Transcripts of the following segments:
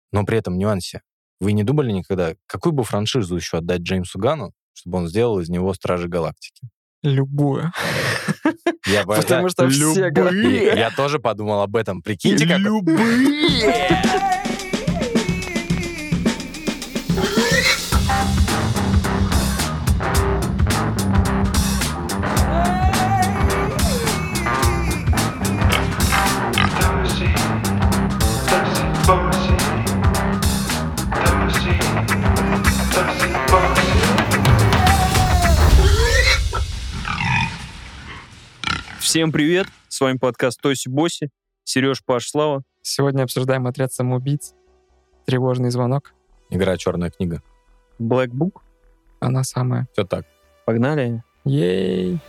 Но при этом нюансе. Вы не думали никогда, какую бы франшизу еще отдать Джеймсу Ганну, чтобы он сделал из него Стражи Галактики? Любую. Я Потому что все... Я тоже подумал об этом. Прикиньте, как... Любые! Всем привет! С вами подкаст Тоси Боси. Сереж, Паш, Слава. Сегодня обсуждаем «Отряд самоубийц», «Тревожный звонок». Игра «Черная книга». Black Book. Она самая. Все так. Погнали. Ей!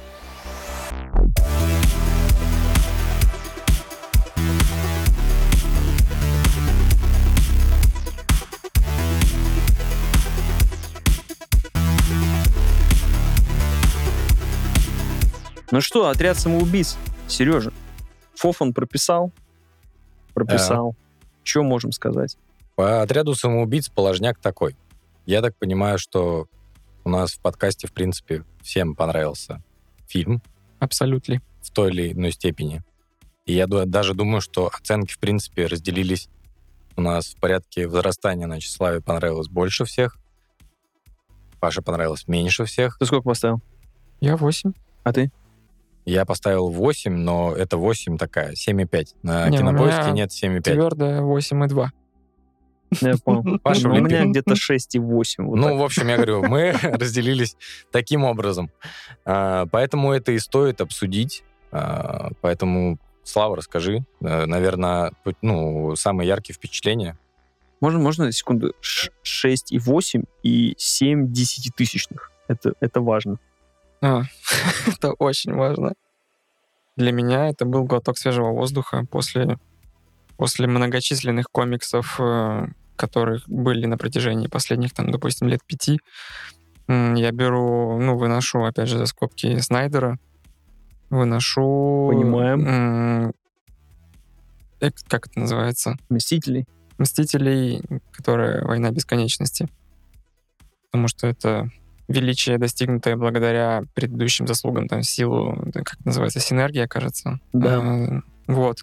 Ну что, «Отряд самоубийц». Сережа, Фофан прописал? Прописал. Что можем сказать? По «Отряду самоубийц» положняк такой. Я так понимаю, что у нас в подкасте, в принципе, всем понравился фильм. Абсолютно. В той или иной степени. И я даже думаю, что оценки, в принципе, разделились у нас в порядке возрастания. Значит, Славе понравилось больше всех, Паше понравилось меньше всех. Ты сколько поставил? Я 8. А ты? Я поставил 8, но это 8 такая, 7,5. На Не, Кинопоиске нет 7,5. Твердо 8,2. Я понял. Паша У влепил. меня где-то 6,8. Вот Ну, так. в общем, я говорю, мы разделились таким образом. Поэтому это и стоит обсудить. Поэтому, Слава, расскажи. Наверное, самые яркие впечатления. Можно секунду? 6,8 и 7 десятитысячных. Это важно. Это очень важно. Для меня это был глоток свежего воздуха после многочисленных комиксов, которые были на протяжении последних, допустим, лет 5. Я выношу, опять же, за скобки Снайдера. Выношу... Понимаем. Как это называется? Мстителей. которые «Война бесконечности». Потому что это величие, достигнутое благодаря предыдущим заслугам, в силу, как это называется, синергия, кажется. Да. Вот.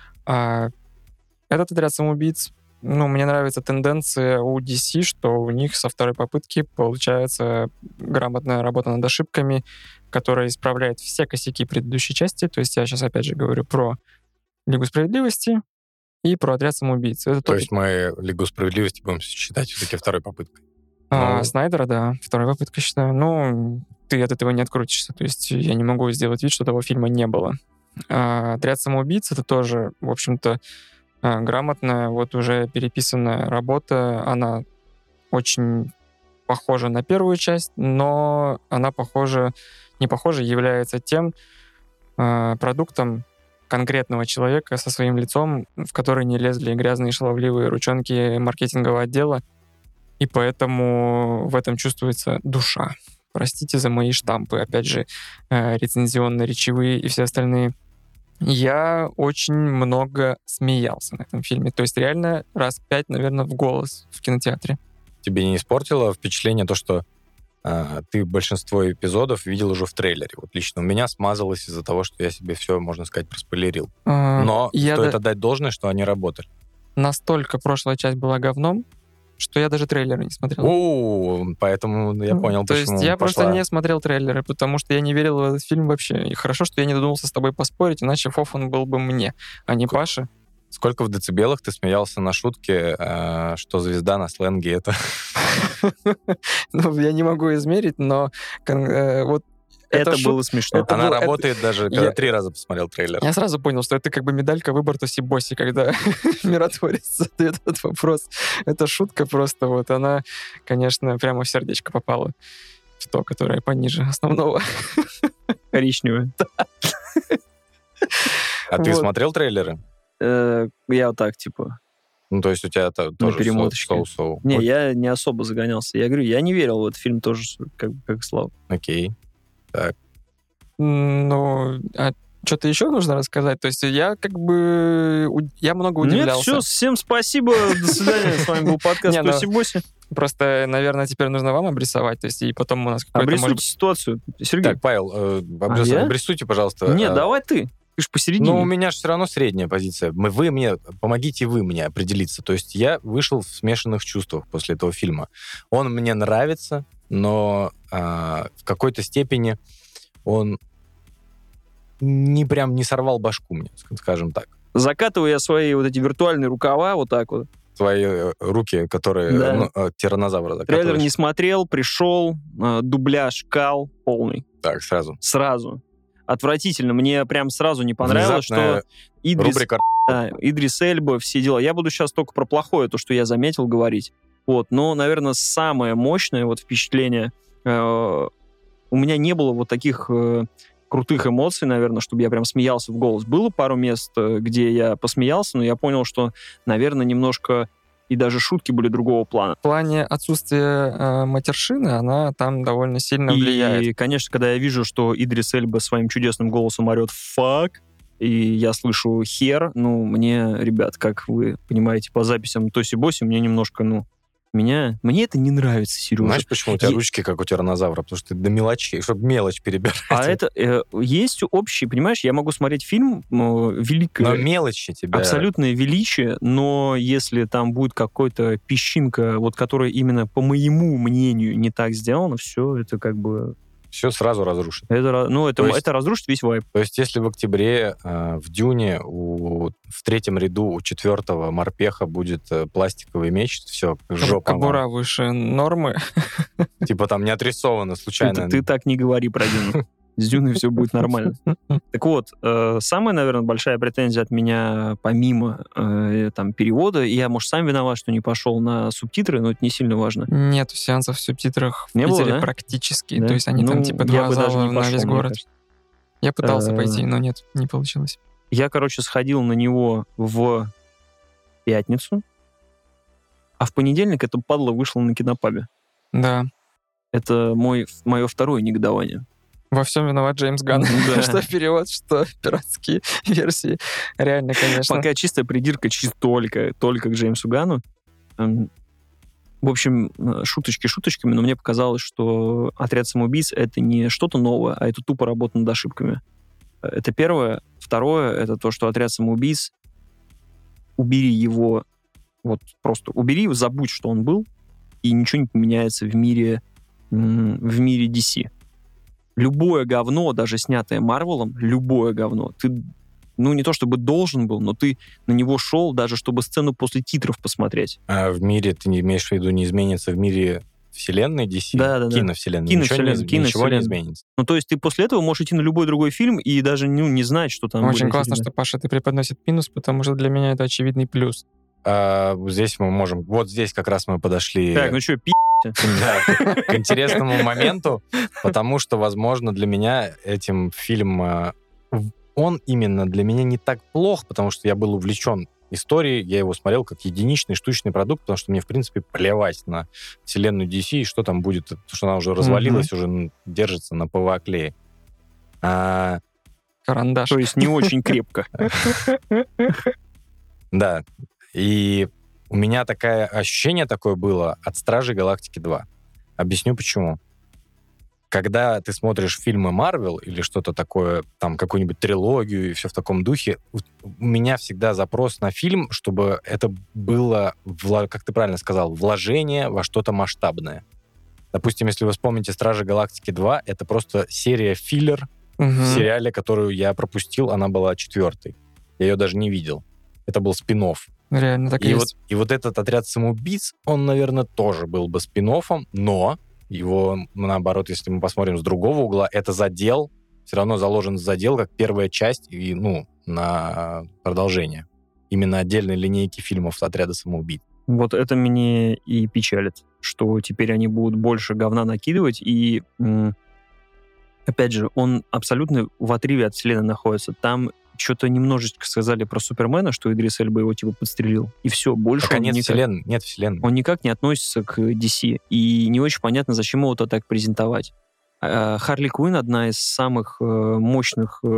Этот «Отряд самоубийц», мне нравится тенденция у DC, что у них со второй попытки получается грамотная работа над ошибками, которая исправляет все косяки предыдущей части. То есть я сейчас опять же говорю про Лигу справедливости и про «Отряд самоубийц». То есть мы Лигу справедливости будем считать все-таки второй попыткой? Снайдера, да, вторая попытка, считаю. Ты от этого не открутишься. То есть я не могу сделать вид, что того фильма не было. «Отряд самоубийц» — это тоже, в общем-то, грамотная, уже переписанная работа. Она очень похожа на первую часть, но она является тем продуктом конкретного человека со своим лицом, в который не лезли грязные шаловливые ручонки маркетингового отдела, и поэтому в этом чувствуется душа. Простите за мои штампы, опять же, рецензионно-речевые и все остальные. Я очень много смеялся на этом фильме. То есть реально раз 5, наверное, в голос в кинотеатре. Тебе не испортило впечатление то, что ты большинство эпизодов видел уже в трейлере? Вот лично у меня смазалось из-за того, что я себе все, можно сказать, проспойлерил. Но стоит отдать должное, что они работали. Настолько прошлая часть была говном, что я даже трейлеры не смотрел. Поэтому я понял, То почему есть я пошла. просто не смотрел трейлеры, потому что я не верил в этот фильм вообще. И хорошо, что я не додумался с тобой поспорить, иначе Фофан был бы мне, а не Паше. Сколько в децибелах ты смеялся на шутке, что звезда на сленге это? Я не могу измерить, но вот это было смешно. Она работает даже, когда 3 раза посмотрел трейлер. Я сразу понял, что это как бы медалька выбор Тоси Боси, когда миротворец задает этот вопрос. Эта шутка просто она, конечно, прямо в сердечко попала. В то, которое пониже основного. Коричневое. А ты смотрел трейлеры? Я вот так, типа... То есть у тебя тоже соу-соу? Не, я не особо загонялся. Я говорю, я не верил в этот фильм тоже, как Слава. Окей. Так. Что-то еще нужно рассказать? То есть я я много удивлялся. Нет, все, всем спасибо, до свидания. С вами был подкаст Тоси-Боси. Просто, наверное, теперь нужно вам обрисовать, то есть и потом у нас какой-то... Обрисуйте ситуацию, Сергей. Так, Павел, обрисуйте, пожалуйста. Нет, давай ты. Ты же посередине. Ну, у меня же все равно средняя позиция. Помогите вы мне определиться. То есть я вышел в смешанных чувствах после этого фильма. Он мне нравится, но в какой-то степени он не сорвал башку мне, скажем так. Закатываю я свои вот эти виртуальные рукава вот так вот. Свои руки, которые тираннозавра закатываешь. Трейлер не смотрел, пришел, дубляж кал полный. Так, сразу. Сразу. Отвратительно. Мне прям сразу не понравилось, внезапная что Идрис Эльба, все дела. Я буду сейчас только про плохое, то, что я заметил, говорить. Вот. Но, наверное, самое мощное вот впечатление... у меня не было вот таких крутых эмоций, наверное, чтобы я прям смеялся в голос. Было пару мест, где я посмеялся, но я понял, что, наверное, немножко и даже шутки были другого плана. В плане отсутствия матершины она там довольно сильно влияет. И, конечно, когда я вижу, что Идрис Эльба своим чудесным голосом орет «фак», и я слышу «хер», мне, ребят, как вы понимаете, по записям Тоси-Боси, мне немножко, мне это не нравится, Сережа. Знаешь, почему у тебя ручки, как у тираннозавра? Потому что ты до мелочей, чтобы мелочь перебирать. А это есть общий, понимаешь, я могу смотреть фильм великое. Но мелочи тебя... Абсолютное величие, но если там будет какая-то песчинка, вот которая именно, по моему мнению, не так сделана, все это как бы... Все сразу разрушит. Это разрушит весь вайб. То есть, если в октябре в Дюне в третьем ряду у 4-го морпеха будет пластиковый меч, все, жопа. Кобура выше нормы. Типа там не отрисовано случайно. Ты так не говори про Дюну. С Дюной все будет нормально. Так вот, самая, наверное, большая претензия от меня, помимо перевода, я, может, сам виноват, что не пошел на субтитры, но это не сильно важно. Нет сеансов в субтитрах в не Питере было, да? практически. Да? То есть они там типа 2 зала на весь город. Я пытался пойти, но нет, не получилось. Я, сходил на него в пятницу, а в понедельник это падла вышла на Кинопабе. Да. Это мое второе негодование. Во всем виноват Джеймс Ганн. Что перевод, что пиратские версии. Реально, конечно. Пока чистая придирка только к Джеймсу Ганну. В общем, шуточки шуточками, но мне показалось, что «Отряд самоубийц» — это не что-то новое, а это тупо работа над ошибками. Это первое. Второе — это то, что «Отряд самоубийц», убери его, вот просто убери, забудь, что он был, и ничего не поменяется в мире DC. Любое говно, даже снятое Марвелом, любое говно, ты, не то чтобы должен был, но ты на него шел, даже чтобы сцену после титров посмотреть. А в мире, ты не имеешь в виду, не изменится в мире вселенной DC? Да. Киновселенной. Ничего не изменится. То есть ты после этого можешь идти на любой другой фильм и даже не знать, что там будет. Очень классно, что Паша ты преподносит минус, потому что для меня это очевидный плюс. Здесь мы можем... Вот здесь как раз мы подошли... Так, к интересному моменту, потому что, возможно, для меня этим фильм... Он именно для меня не так плох, потому что я был увлечен историей, я его смотрел как единичный штучный продукт, потому что мне, в принципе, плевать на вселенную DC, и что там будет, потому что она уже развалилась, уже держится на ПВА-клее. Карандаш. То есть не очень крепко. Да. И у меня ощущение такое было от «Стражей Галактики 2». Объясню, почему. Когда ты смотришь фильмы Марвел или что-то такое, там, какую-нибудь трилогию и все в таком духе, у меня всегда запрос на фильм, чтобы это было, как ты правильно сказал, вложение во что-то масштабное. Допустим, если вы вспомните «Стражи Галактики 2», это просто серия-филлер в сериале, которую я пропустил, она была 4-й. Я ее даже не видел. Это был спин-офф. Реально так и есть. И вот этот «Отряд самоубийц», он, наверное, тоже был бы спин-оффом, но его, наоборот, если мы посмотрим с другого угла, это задел, все равно заложен задел как первая часть и, на продолжение. Именно отдельной линейки фильмов «Отряда самоубийц». Вот это меня и печалит, что теперь они будут больше говна накидывать, и, опять же, он абсолютно в отрыве от вселенной находится. Там что-то немножечко сказали про Супермена, что Идрис Эльба его подстрелил, и все, больше нет вселенной. Он никак не относится к DC, и не очень понятно, зачем его так презентовать. Харли Квинн — одна из самых мощных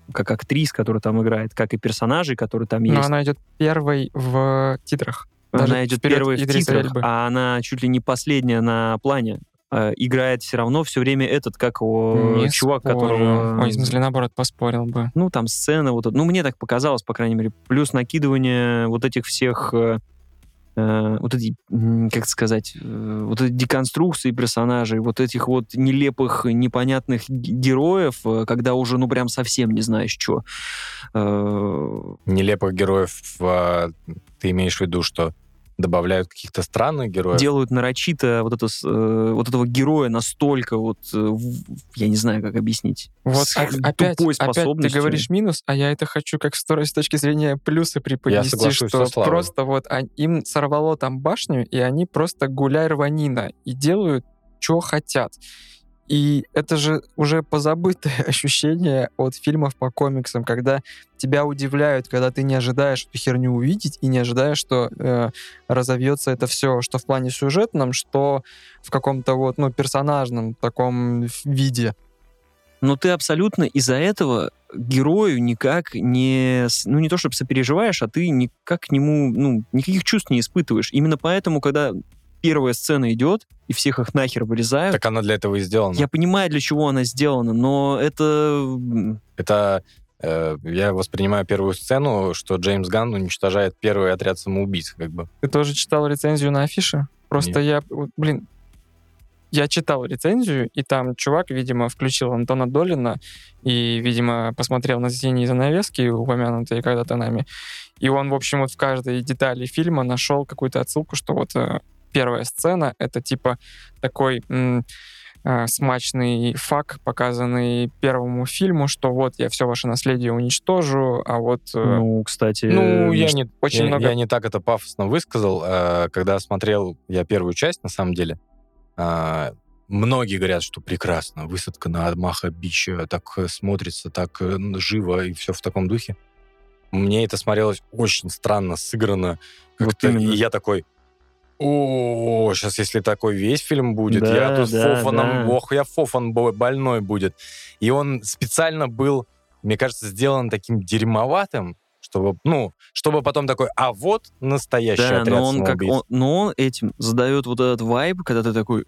как актрис, которая там играет, как и персонажей, которые там есть. Но она идет первой в титрах. Она идет первой в титрах, а она чуть ли не последняя на плане. Играет все равно все время этот, как его чувак, которого... Ой, в смысле, наоборот, поспорил бы. Ну, там сцена вот... Ну, мне так показалось, по крайней мере. Плюс накидывание вот этих всех... вот эти, как сказать, вот эти деконструкции персонажей, вот этих вот нелепых, непонятных героев, когда уже, ну, прям совсем не знаешь, что. Нелепых героев, ты имеешь в виду, что добавляют каких-то странных героев? Делают нарочито вот этого героя настолько вот, я не знаю, как объяснить. Вот опять ты говоришь минус, а я это хочу как с точки зрения плюсы преподнести, что просто вот им сорвало там башню, и они просто гуляй рванина, и делают, что хотят. И это же уже позабытое ощущение от фильмов по комиксам, когда тебя удивляют, когда ты не ожидаешь эту херню увидеть и не ожидаешь, что разовьется это все, что в плане сюжетном, что в каком-то вот, ну, персонажном таком виде. Но ты абсолютно из-за этого герою никак не... Ну, не то чтобы сопереживаешь, а ты никак к нему, ну, никаких чувств не испытываешь. Именно поэтому, когда первая сцена идет, и всех их нахер вырезают... Так она для этого и сделана. Я понимаю, для чего она сделана, но это... Я воспринимаю первую сцену, что Джеймс Ганн уничтожает первый отряд самоубийц, как бы. Ты тоже читал рецензию на афише? Просто я читал рецензию, и там чувак, видимо, включил Антона Долина и, видимо, посмотрел на «Синие занавески», упомянутые когда-то нами, и он, в общем, вот в каждой детали фильма нашел какую-то отсылку, что вот первая сцена — это типа такой смачный факт, показанный первому фильму, что вот я все ваше наследие уничтожу, а вот... Ну, кстати... Ну, я не так это пафосно высказал. Когда смотрел я первую часть, на самом деле, многие говорят, что прекрасно, высадка на Амаха-Бич так смотрится, так живо и все в таком духе. Мне это смотрелось очень странно сыграно. Как-то, вот и я такой... сейчас, если такой весь фильм будет, я тут фофаном, я фофан больной будет. И он специально был, мне кажется, сделан таким дерьмоватым, чтобы потом такой, а вот настоящий отряд самоубийц. Но он этим задает вот этот вайб, когда ты такой,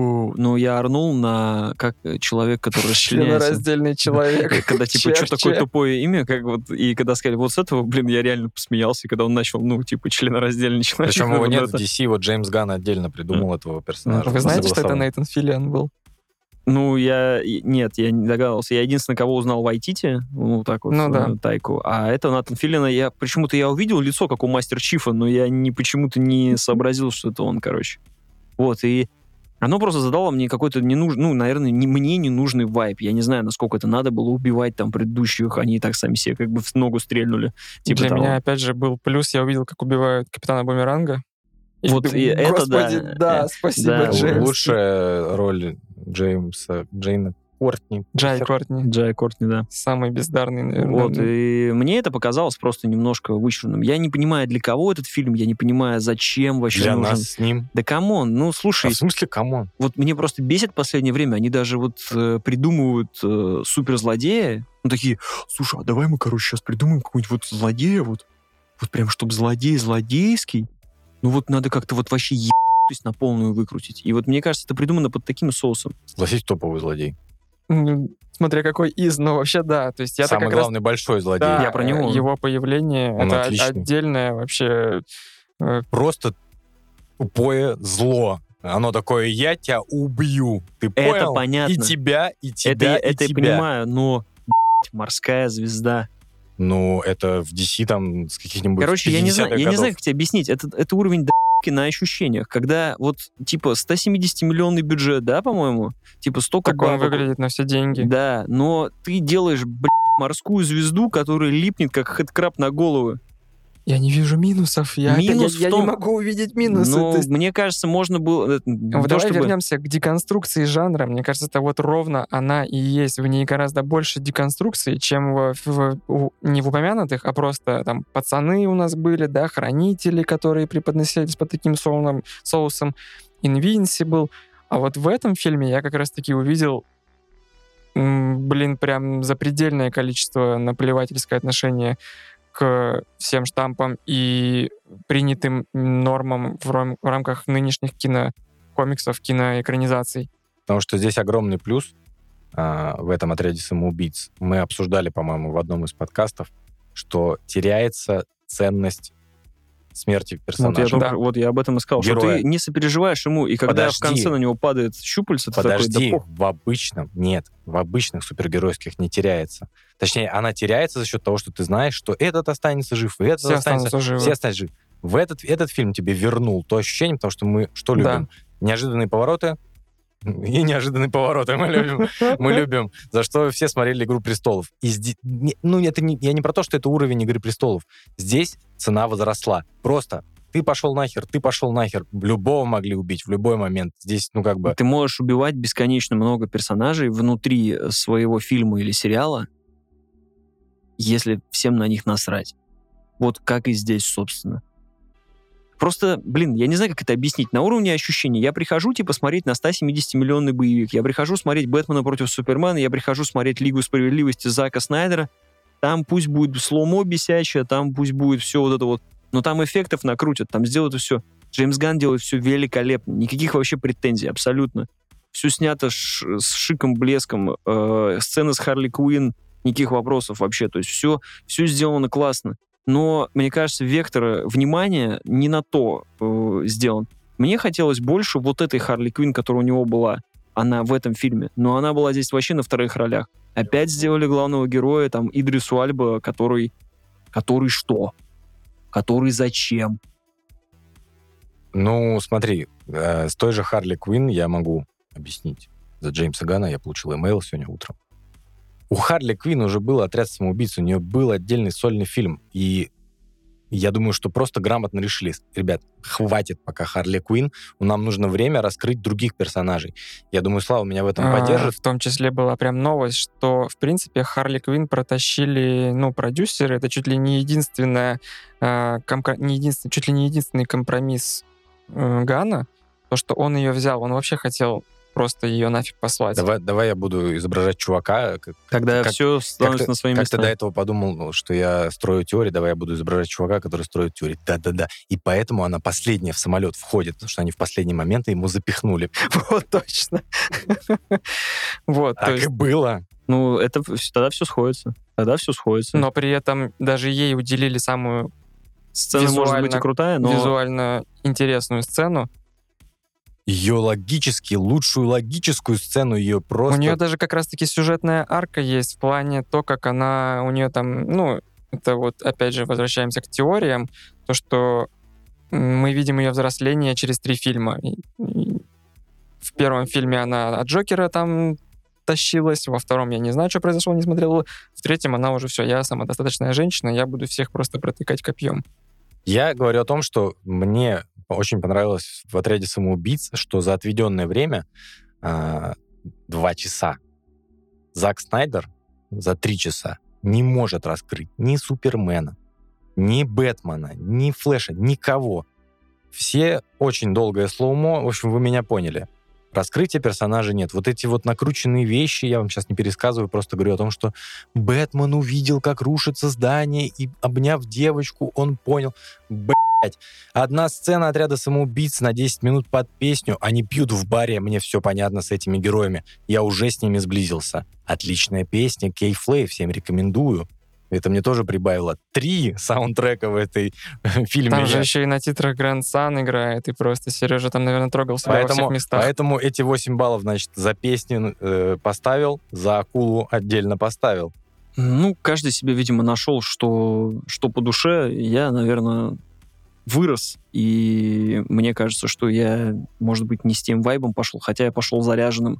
я орнул как человек, который расчленяется. Членораздельный человек. Когда типа, что такое тупое имя, как вот, и когда сказали, вот с этого, я реально посмеялся, когда он начал, членораздельный человек. Причем его нет в DC, вот Джеймс Ганн отдельно придумал этого персонажа. Вы знаете, что это Нейтан Филлиан был? Ну, я не догадывался. Я единственное, кого узнал Вайтити, Тайку, а это Натан Филлиан. Почему-то я увидел лицо, как у Мастер Чифа, но я почему-то не сообразил, что это он, короче. Вот, и оно просто задало мне какой-то ненужный, наверное, мне ненужный вайб. Я не знаю, насколько это надо было убивать там предыдущих, они и так сами себе как бы в ногу стрельнули. Для меня, опять же, был плюс, я увидел, как убивают Капитана Бумеранга. Вот и это, Господи, да, спасибо, Джеймс. Лучшая роль Джейна Кортни. Джай Кортни, да. Самый бездарный, наверное. Вот, и мне это показалось просто немножко вычурным. Я не понимаю, для кого этот фильм, я не понимаю, зачем вообще для нужен. Нас с ним. Да камон, слушай. В смысле камон? Вот мне просто бесит в последнее время, они даже вот придумывают суперзлодея, такие, слушай, а давай мы, сейчас придумаем какого-нибудь вот злодея, вот прям, чтобы злодей злодейский, надо как-то вот вообще на полную выкрутить. И вот мне кажется, это придумано под таким соусом. Согласись, топовый злодей. Смотря какой из, но вообще да. То есть самый главный большой злодей. Да, я про него. Его появление, он это отличный. Отдельное вообще... Просто тупое зло. Оно такое, я тебя убью. Ты понял? Это понятно. И тебя, и тебя, это и тебя. Я понимаю, но морская звезда. Это в DC там с каких-нибудь 50-х Короче, я не знаю, как тебе объяснить. Это уровень на ощущениях, когда вот, 170-миллионный бюджет, да, по-моему? Столько так он выглядит на все деньги. Да, но ты делаешь, морскую звезду, которая липнет, как хэдкраб на голову. Я не вижу минусов. Я не могу увидеть минусы. Мне кажется, можно было... Давай вернемся к деконструкции жанра. Мне кажется, это вот ровно она и есть. В ней гораздо больше деконструкции, чем не в упомянутых, а просто там пацаны у нас были, да, хранители, которые преподносились под таким соусом, Invincible. А вот в этом фильме я как раз-таки увидел прям запредельное количество наплевательское отношение к всем штампам и принятым нормам в рамках нынешних кинокомиксов, киноэкранизаций. Потому что здесь огромный плюс в этом отряде самоубийц. Мы обсуждали, по-моему, в одном из подкастов, что теряется ценность смерти персонажа. Вот я об этом и сказал, героя. Что ты не сопереживаешь ему, и когда в конце на него падает щупальце, ты такой, в обычных супергеройских не теряется. Точнее, она теряется за счет того, что ты знаешь, что этот останется жив, и этот все останется жив. В этот фильм тебе вернул то ощущение, потому что мы что любим? Неожиданные повороты, и неожиданные повороты мы любим. За что все смотрели «Игру престолов». И здесь, я не про то, что это уровень «Игры престолов». Здесь цена возросла. Просто ты пошел нахер. Любого могли убить в любой момент. Здесь, Ты можешь убивать бесконечно много персонажей внутри своего фильма или сериала, если всем на них насрать. Вот как и здесь, собственно. Просто, я не знаю, как это объяснить. На уровне ощущений я прихожу, смотреть на 170-миллионный боевик. Я прихожу смотреть «Бэтмена против Супермена», я прихожу смотреть «Лигу справедливости» Зака Снайдера. Там пусть будет слоумо бесячее, там пусть будет все вот это вот. Но там эффектов накрутят, там сделают все. Джеймс Ганн делает все великолепно. Никаких вообще претензий, абсолютно. Все снято с шиком, блеском. Сцена с Харли Квинн, никаких вопросов вообще. То есть все сделано классно. Но, мне кажется, вектор внимания не на то сделан. Мне хотелось больше вот этой Харли Квинн, которая у него была, она в этом фильме. Но она была здесь вообще на вторых ролях. Опять сделали главного героя, там, Идрису Альба, который что? Который зачем? Смотри, с той же Харли Квинн я могу объяснить. За Джеймса Ганна я получил имейл сегодня утром. У Харли Квинн уже был «Отряд самоубийц», у нее был отдельный сольный фильм. И я думаю, что просто грамотно решили: ребят, хватит пока Харли Квинн, нам нужно время раскрыть других персонажей. Я думаю, Слава меня в этом поддержит. В том числе была прям новость, что, в принципе, Харли Квинн протащили, продюсеры. Это чуть ли не единственный компромисс Ганна, то, что он ее взял. Он вообще хотел просто ее нафиг послать. Давай я буду изображать чувака. Когда все становится на свои места. Как ты до этого подумал, что я строю теорию, давай я буду изображать чувака, который строит теорию. Да. И поэтому она последняя в самолет входит, потому что они в последний момент ему запихнули. Вот точно. Так и было. Тогда все сходится. Но при этом даже ей уделили самую сцена, может быть, и крутая, но визуально интересную сцену. Ее лучшую логическую сцену, ее просто... У нее даже как раз-таки сюжетная арка есть в плане то, как она... У нее там, это вот, опять же, возвращаемся к теориям, то, что мы видим ее взросление через 3 фильма. В первом фильме она от Джокера там тащилась, во втором я не знаю, что произошло, не смотрел, в третьем она уже все, я самодостаточная женщина, я буду всех просто протыкать копьем. Я говорю о том, что мне очень понравилось в «Отряде самоубийц», что за отведенное время 2 часа Зак Снайдер за 3 часа не может раскрыть ни Супермена, ни Бэтмена, ни Флэша, никого. Все очень долгое слоумо, в общем, вы меня поняли. Раскрытия персонажа нет. Вот эти вот накрученные вещи, я вам сейчас не пересказываю, просто говорю о том, что Бэтмен увидел, как рушится здание, и, обняв девочку, он понял, одна сцена «Отряда самоубийц» на 10 минут под песню, они пьют в баре, мне все понятно с этими героями, я уже с ними сблизился. Отличная песня, Кей Флей, всем рекомендую. Это мне тоже прибавило 3 саундтрека в этой фильме. Там же еще и на титрах Grand Sun играет, и просто Сережа там, наверное, трогал себя во всех местах. Поэтому эти 8 баллов, значит, за песни поставил, за акулу отдельно поставил. Каждый себе, видимо, нашел, что по душе. Я, наверное, вырос, и мне кажется, что я, может быть, не с тем вайбом пошел, хотя я пошел заряженным.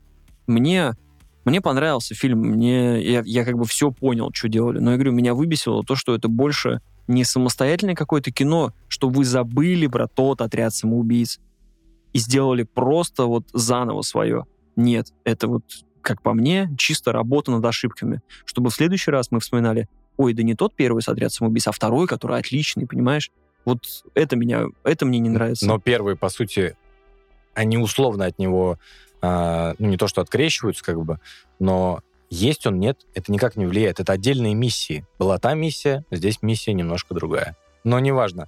Мне понравился фильм, я как бы все понял, что делали, но я говорю, меня выбесило то, что это больше не самостоятельное какое-то кино, что вы забыли про тот «Отряд самоубийц» и сделали просто вот заново свое. Нет, это вот, как по мне, чисто работа над ошибками, чтобы в следующий раз мы вспоминали, да не тот первый «Отряд самоубийц», а второй, который отличный, понимаешь? Вот это мне не нравится. Но первый, по сути, они условно от него, не то что открещиваются, как бы, но есть он, нет, это никак не влияет. Это отдельные миссии. Была та миссия, здесь миссия немножко другая. Но неважно.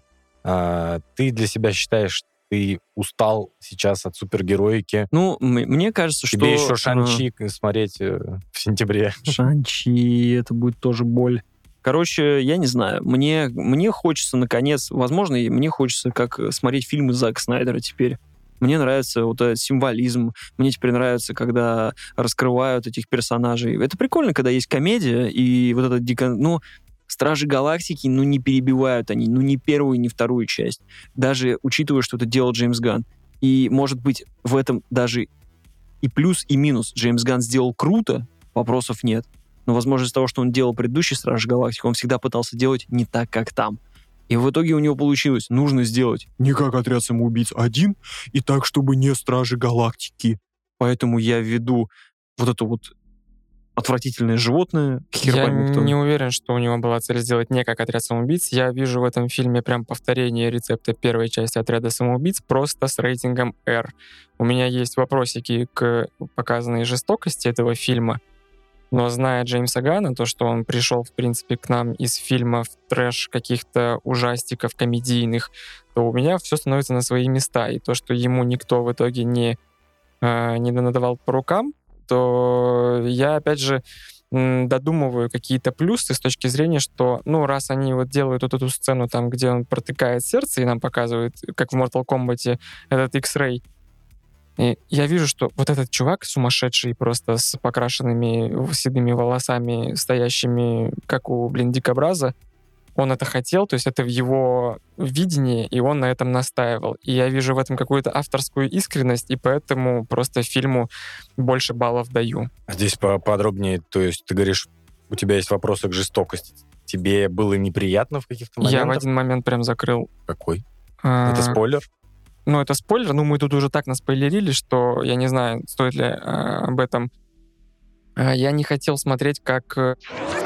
Ты для себя считаешь, ты устал сейчас от супергероики? Ну, мне кажется, что... Тебе еще Шан-Чи смотреть в сентябре. Шан-Чи, это будет тоже боль. Короче, я не знаю. Мне хочется, наконец, возможно, мне хочется как смотреть фильмы Зака Снайдера теперь. Мне нравится вот этот символизм. Мне теперь нравится, когда раскрывают этих персонажей. Это прикольно, когда есть комедия, и вот это Стражи Галактики, не перебивают они, ни первую, ни вторую часть. Даже учитывая, что это делал Джеймс Ганн. И, может быть, в этом даже и плюс, и минус. Джеймс Ганн сделал круто, вопросов нет. Но, возможно, из-за того, что он делал предыдущий Стражи Галактики, он всегда пытался делать не так, как там. И в итоге у него получилось. Нужно сделать не как Отряд самоубийц 1, и так, чтобы не Стражи Галактики. Поэтому я введу вот это вот отвратительное животное. Я не уверен, что у него была цель сделать не как «Отряд самоубийц». Я вижу в этом фильме прям повторение рецепта первой части «Отряда самоубийц», просто с рейтингом R. У меня есть вопросики к показанной жестокости этого фильма, но зная Джеймса Ганна, то, что он пришел, в принципе, к нам из фильмов трэш, каких-то ужастиков комедийных, то у меня все становится на свои места. И то, что ему никто в итоге не надавал по рукам, то я, опять же, додумываю какие-то плюсы с точки зрения, что, раз они вот делают вот эту сцену там, где он протыкает сердце и нам показывают, как в Mortal Kombat, этот X-Ray, и я вижу, что вот этот чувак сумасшедший, просто с покрашенными седыми волосами, стоящими, как у, дикобраза, он это хотел, то есть это в его видении, и он на этом настаивал. И я вижу в этом какую-то авторскую искренность, и поэтому просто фильму больше баллов даю. Здесь поподробнее, то есть ты говоришь, у тебя есть вопросы к жестокости. Тебе было неприятно в каких-то моментах? Я в один момент прям закрыл. Какой? Это спойлер? Это спойлер, мы тут уже так наспойлерили, что я не знаю, стоит ли об этом. Я не хотел смотреть, как...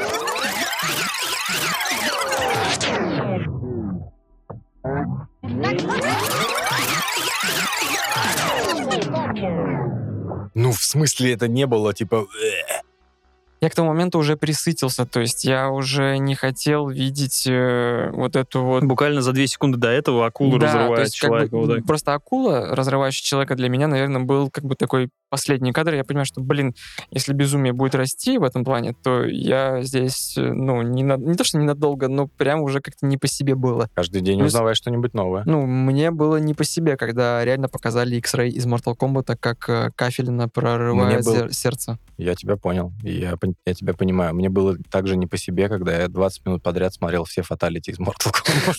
В смысле, это не было, типа... Я к тому моменту уже присытился, то есть я уже не хотел видеть вот эту вот... Буквально за 2 секунды до этого акула разрывает человека. Просто акула, разрывающая человека, для меня, наверное, был такой последний кадр. Я понимаю, что, если безумие будет расти в этом плане, то я здесь, не то, что ненадолго, но прям уже как-то не по себе было. Каждый день узнаваешь что-нибудь новое. Мне было не по себе, когда реально показали X-Ray из Mortal Kombat, как кафельно прорывает сердце. Я тебя понял. Я тебя понимаю. Мне было также не по себе, когда я 20 минут подряд смотрел все фаталити из Mortal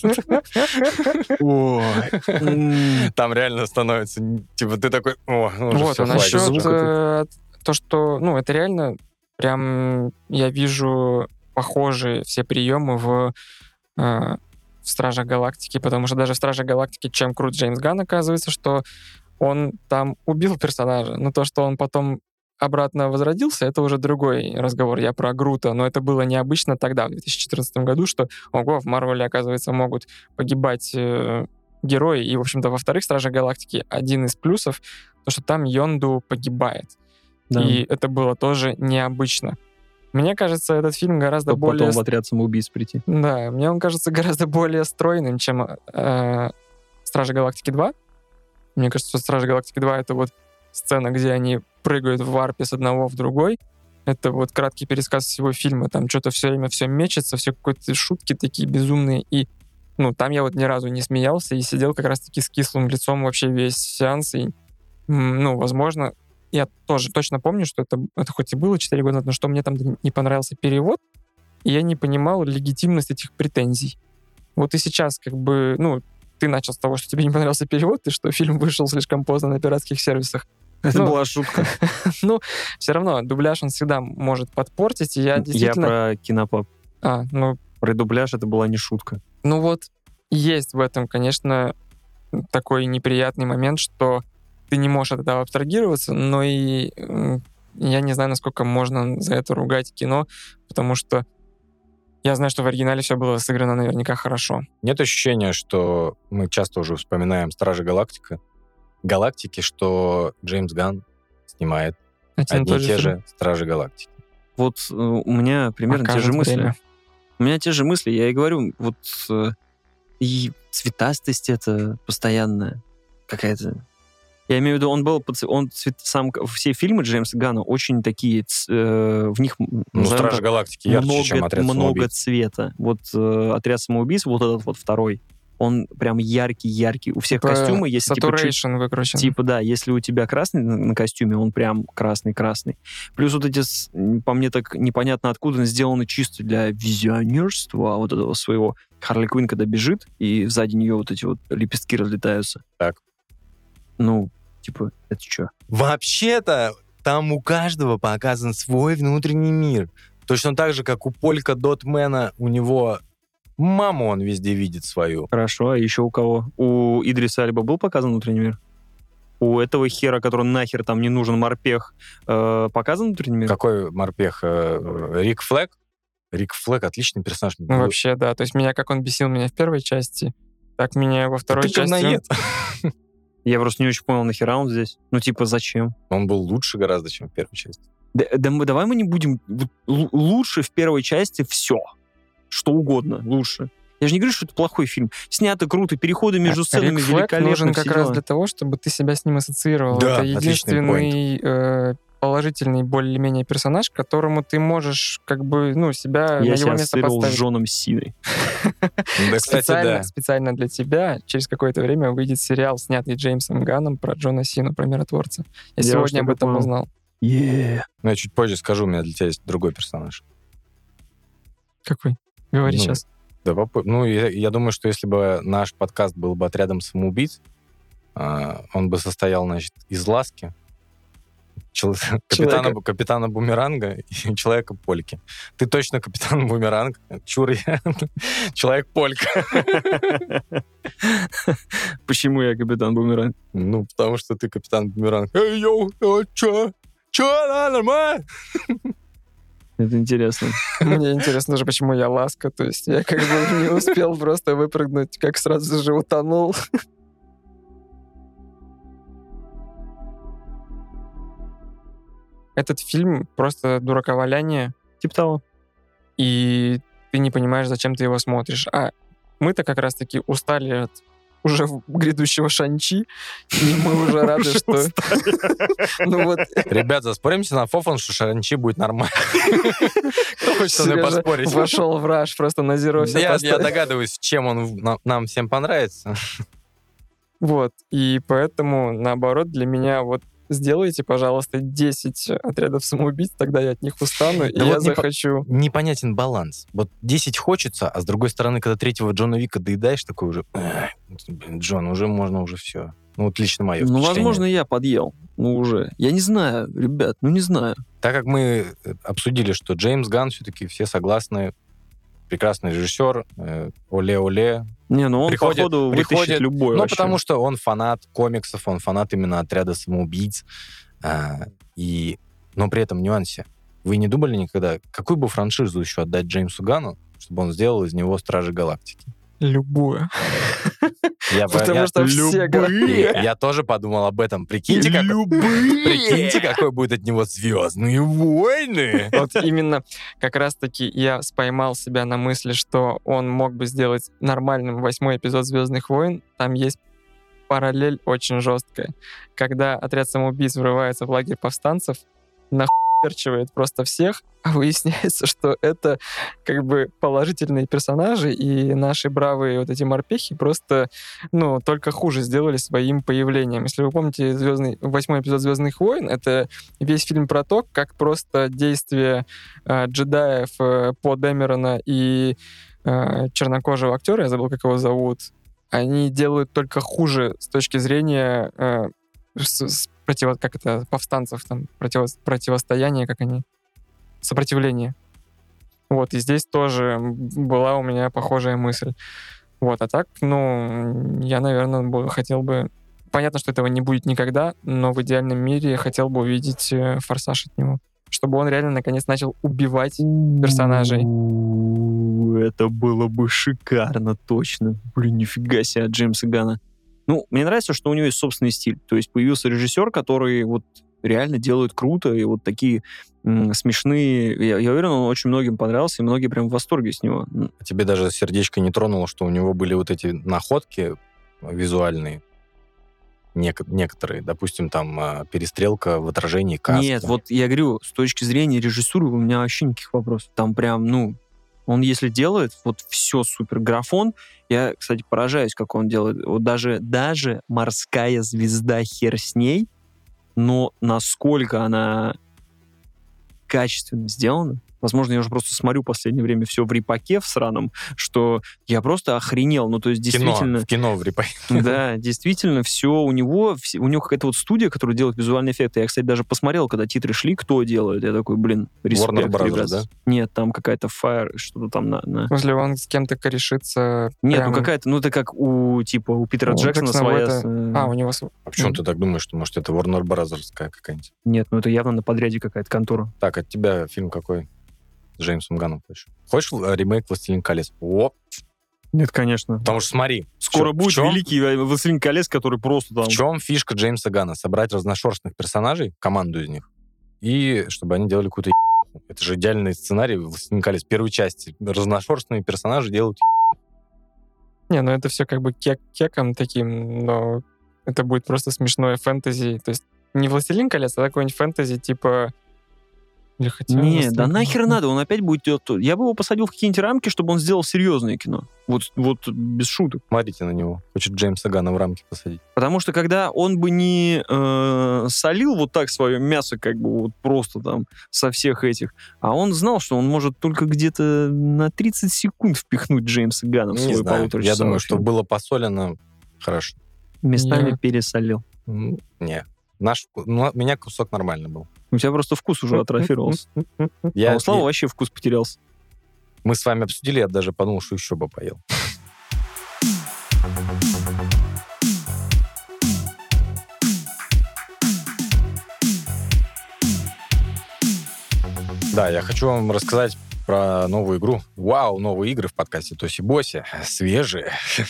Kombat. Там реально становится... Типа ты такой... Вот, а насчет то, что... это реально прям... Я вижу похожие все приемы в Стражах Галактики, потому что даже в Стражах Галактики чем крут Джеймс Ганн, оказывается, что он там убил персонажа, но то, что он потом обратно возродился, это уже другой разговор. Я про Грута, но это было необычно тогда, в 2014 году, что, в Марвеле, оказывается, могут погибать герои. И, в общем-то, во вторых Стражах Галактики один из плюсов, то, что там Йонду погибает. Да. И это было тоже необычно. Мне кажется, этот фильм гораздо более... Потом в Отряд самоубийц прийти. Да, мне он кажется гораздо более стройным, чем Стражи Галактики 2. Мне кажется, что Стражи Галактики 2 — это вот сцена, где они прыгают в варпе с одного в другой. Это вот краткий пересказ всего фильма. Там что-то все время все мечется, все какие-то шутки такие безумные. И там я вот ни разу не смеялся и сидел как раз-таки с кислым лицом вообще весь сеанс. И, возможно, я тоже точно помню, что это хоть и было 4 года назад, но что мне там не понравился перевод, и я не понимал легитимность этих претензий. Вот и сейчас ты начал с того, что тебе не понравился перевод, и что фильм вышел слишком поздно на пиратских сервисах. Это была шутка. Все равно дубляж он всегда может подпортить, и я действительно... Я про Кинопаб. Про дубляж это была не шутка. Есть в этом, конечно, такой неприятный момент, что ты не можешь от этого абстрагироваться, но и я не знаю, насколько можно за это ругать кино, потому что я знаю, что в оригинале все было сыграно наверняка хорошо. Нет ощущения, что мы часто уже вспоминаем «Стражи Галактики», что Джеймс Ганн снимает одни и те же «Стражи Галактики». Вот у меня примерно те же мысли. У меня те же мысли. Я и говорю, вот и цветастость это постоянная какая-то. Я имею в виду, все фильмы Джеймса Ганна очень такие, в них... «Стражи Галактики» ярче, чем «Отряд самоубийц». Много цвета. Вот «Отряд самоубийц», вот этот вот второй, он прям яркий. У всех костюмы, если saturation выкручен. Типа, да, если у тебя красный на костюме, он прям красный. Плюс вот эти, по мне так непонятно откуда, сделаны чисто для визионерства вот этого своего. Харли Квинн, когда бежит, и сзади нее вот эти вот лепестки разлетаются. Так. Ну, типа, это что? Вообще-то, там у каждого показан свой внутренний мир. Точно так же, как у Полька Дотмена, у него маму он везде видит свою. Хорошо, а еще у кого? У Идриса Альба был показан внутренний мир? У этого хера, который нахер там не нужен, морпех, показан внутренний мир? Какой морпех? Рик Флэг? Рик Флэг отличный персонаж. Ну, вообще, да. То есть как он бесил меня в первой части, так меня во второй части... Я просто не очень понял, нахера он здесь. Ну, типа, зачем? Он был лучше гораздо, чем в первой части. Давай мы не будем... Лучше в первой части все. Что угодно лучше. Я же не говорю, что это плохой фильм. Снято круто, переходы между сценами великолепны. Нужен как раз для того, чтобы ты себя с ним ассоциировал. Да, это единственный положительный более-менее персонаж, которому ты можешь себя на его место поставить. с Джоном Синой. Специально для тебя через какое-то время выйдет сериал, снятый Джеймсом Ганном про Джона Сину, про Миротворца. Я сегодня об этом узнал. Ну, я чуть позже скажу, у меня для тебя есть другой персонаж. Какой? Говори сейчас. Да, я думаю, что если бы наш подкаст был бы «Отрядом самоубийц», он бы состоял, значит, из Ласки, капитана Бумеранга и Человека-Польки. Ты точно капитан Бумеранг, чур я Человек-Полька. Почему я капитан Бумеранг? Ну, потому что ты капитан Бумеранг. Эй, йоу, чё, нормально? Это интересно. Мне интересно же, почему я Ласка. То есть я не успел просто выпрыгнуть, как сразу же утонул. Этот фильм просто дураковаляние. Типа того. И ты не понимаешь, зачем ты его смотришь. А мы-то как раз-таки устали от уже грядущего Шан-Чи, и мы уже рады, что... Ребят, заспоримся на фофан, что Шан-Чи будет нормально. Кто хочет со мной поспорить? Вошел в раж, просто на зеро все поставил. Я догадываюсь, чем он нам всем понравится. Вот, и поэтому, наоборот, для меня сделайте, пожалуйста, 10 отрядов самоубийц, тогда я от них устану, и я захочу. Непонятен баланс. 10 хочется, а с другой стороны, когда третьего Джона Вика доедаешь, такой уже... Джон, уже можно все. Лично мое впечатление. Возможно, я подъел. Уже. Я не знаю, ребят, не знаю. Так как мы обсудили, что Джеймс Ганн все-таки все согласны, прекрасный режиссер, оле-оле. Не, он, походу, вытащит любой. Потому что он фанат комиксов, он фанат именно «Отряда самоубийц». Но при этом нюансе. Вы не думали никогда, какую бы франшизу еще отдать Джеймсу Ганну, чтобы он сделал из него «Стражи Галактики»? Любую. Потому что все Я тоже подумал об этом. Прикиньте, какой будет от него «Звездные войны». Вот именно как раз-таки я поймал себя на мысли, что он мог бы сделать нормальным 8-й эпизод «Звездных войн». Там есть параллель очень жесткая. Когда отряд самоубийц врывается в лагерь повстанцев, нахуярчивает просто всех, а выясняется, что это положительные персонажи, и наши бравые эти морпехи просто, только хуже сделали своим появлением. Если вы помните 8-й эпизод «Звездных войн», это весь фильм про то, как просто действия джедаев По Дэмерона и чернокожего актера, я забыл, как его зовут, они делают только хуже с точки зрения повстанцев, противостояние, сопротивление. И здесь тоже была у меня похожая мысль. А так, я, наверное, хотел бы... Понятно, что этого не будет никогда, но в идеальном мире я хотел бы увидеть «Форсаж» от него. Чтобы он реально, наконец, начал убивать персонажей. Это было бы шикарно, точно. Блин, нифига себе от Джеймса Ганна. Мне нравится, что у него есть собственный стиль. То есть появился режиссер, который реально делает круто, и вот такие смешные... Я уверен, он очень многим понравился, и многие прям в восторге с него. А тебе даже сердечко не тронуло, что у него были вот эти находки визуальные, некоторые, допустим, там перестрелка в отражении каски. Нет, вот я говорю, с точки зрения режиссуры у меня вообще никаких вопросов. Там прям, он если делает, вот все супер. Графон, я, кстати, поражаюсь, как он делает. Вот даже «Морская звезда», хер с ней, но насколько она качественно сделана. Возможно, я уже просто смотрю в последнее время все в рипаке в сраном, что я просто охренел. Ну, то есть, действительно... Кино в рипаке. Да, действительно, все у него какая-то вот студия, которая делает визуальные эффекты. Я, кстати, даже посмотрел, когда титры шли, кто делает. Я такой, респект, Warner Brothers, ребят. да? Нет, там какая-то Fire, что-то там на... В смысле, он с кем-то корешится? Нет, прям... какая-то, это как у Питера Джексона своя... у него... А почему ты так думаешь, что, может, это Warner Brothers какая-нибудь? Нет, это явно на подряде какая-то контора. Так, от тебя фильм какой? С Джеймсом Ганном хочешь? Хочешь ремейк «Властелин колец»? Нет, конечно. Потому что смотри. Скоро будет великий «Властелин колец», который просто там... В чем фишка Джеймса Ганна? Собрать разношерстных персонажей, команду из них, и чтобы они делали какую-то ебану. Это же идеальный сценарий «Властелин колец» первой части. Разношерстные персонажи делают ебану. Не, это все как бы кеком таким, но это будет просто смешное фэнтези. То есть не «Властелин колец», а какой-нибудь фэнтези типа... Не, да нахер надо, он опять будет делать... Я бы его посадил в какие-нибудь рамки, чтобы он сделал серьезное кино. Вот без шуток. Смотрите на него. Хочет Джеймса Ганна в рамки посадить. Потому что когда он бы не солил вот так свое мясо, как бы вот просто там со всех этих, а он знал, что он может только где-то на 30 секунд впихнуть Джеймса Ганна в свой полуторачасовой. Я думаю, что было посолено хорошо. Местами пересолил. Не. У меня кусок нормально был. У тебя просто вкус уже атрофировался. А у Славы вообще вкус потерялся. Мы с вами обсудили, я даже подумал, что еще бы поел. Да, я хочу вам рассказать про новую игру. Вау, новые игры в подкасте Тоси-Боси. Свежие.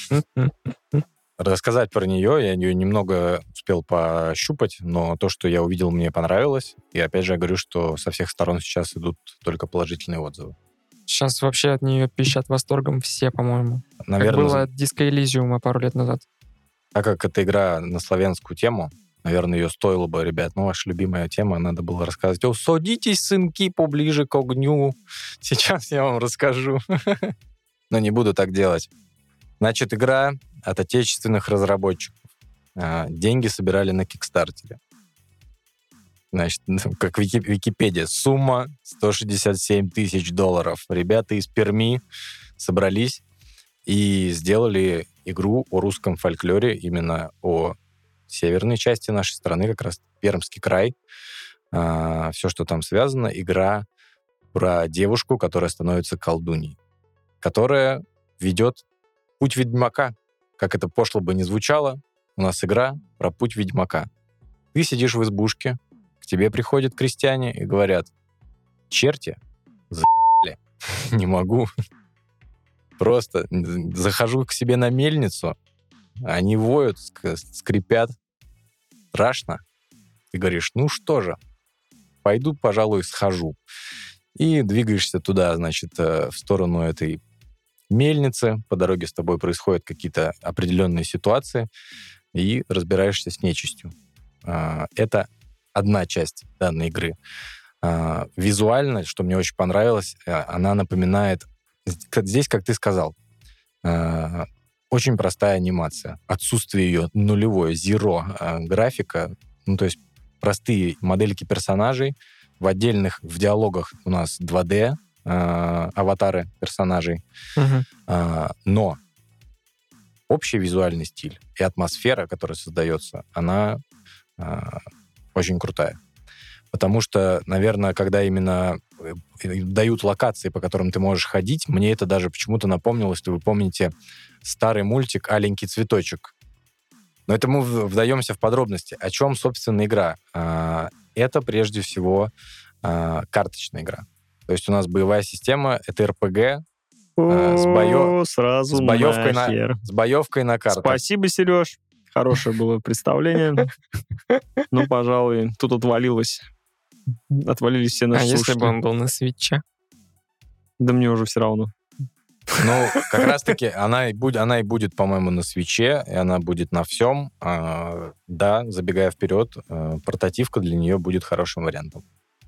Рассказать про нее. Я ее немного успел пощупать, но то, что я увидел, мне понравилось. И опять же, я говорю, что со всех сторон сейчас идут только положительные отзывы. Сейчас вообще от нее пищат восторгом все, по-моему. Наверное, как было от Disco Elysium пару лет назад. Так как это игра на славянскую тему, наверное, ее стоило бы, ребят, ваша любимая тема, надо было рассказать. Садитесь, сынки, поближе к огню. Сейчас я вам расскажу. Но не буду так делать. Значит, игра от отечественных разработчиков. Деньги собирали на Кикстартере. Значит, как Википедия. Сумма $167 тысяч. Ребята из Перми собрались и сделали игру о русском фольклоре, именно о северной части нашей страны, как раз Пермский край. Все, что там связано. Игра про девушку, которая становится колдуньей, которая ведет путь ведьмака. Как это пошло бы не звучало, у нас игра про путь ведьмака. Ты сидишь в избушке, к тебе приходят крестьяне и говорят: черти, за***ли, не могу. Просто захожу к себе на мельницу, они воют, скрипят. Страшно. Ты говоришь: ну что же, пойду, пожалуй, схожу. И двигаешься туда, значит, в сторону этой мельницы. По дороге с тобой происходят какие-то определенные ситуации, и разбираешься с нечистью. Это одна часть данной игры. Визуально, что мне очень понравилось, она напоминает... Здесь, как ты сказал, очень простая анимация. Отсутствие ее нулевое, zero графика. То есть простые модельки персонажей. В диалогах у нас 2D аватары персонажей. Но общий визуальный стиль и атмосфера, которая создается, она очень крутая. Потому что, наверное, когда именно дают локации, по которым ты можешь ходить, мне это даже почему-то напомнило, если вы помните старый мультик «Аленький цветочек». Но это мы вдаемся в подробности. О чем, собственно, игра? Это, прежде всего, карточная игра. То есть у нас боевая система — это РПГ с боевкой на картах. Спасибо, Сереж. Хорошее было представление. Ну, пожалуй, тут отвалились все наши слушатели. Если бы он был на свитче? Да мне уже все равно. Ну, как раз-таки она и будет, по-моему, на свитче, и она будет на всем. Да, забегая вперед, портативка для нее будет хорошим вариантом.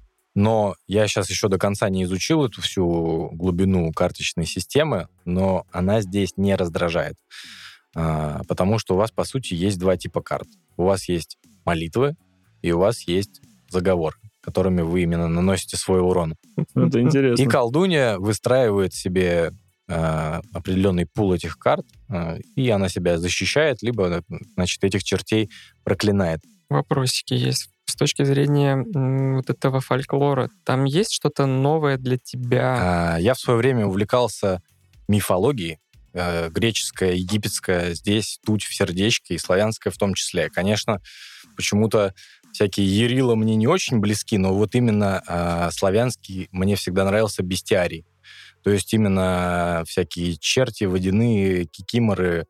Но я сейчас еще до конца не изучил эту всю глубину карточной системы, но она здесь не раздражает. Потому что у вас, по сути, есть два типа карт. У вас есть молитвы, и у вас есть заговор, которыми вы именно наносите свой урон. Это интересно. И колдунья выстраивает себе определенный пул этих карт, и она себя защищает, либо, значит, этих чертей проклинает. Вопросики есть. С точки зрения вот этого фольклора, там есть что-то новое для тебя? Я в свое время увлекался мифологией, греческая, египетская, здесь туть в сердечке, и славянская в том числе. Конечно, почему-то всякие Ярила мне не очень близки, но вот именно славянский мне всегда нравился бестиарий. То есть именно всякие черти, водяные, кикиморы,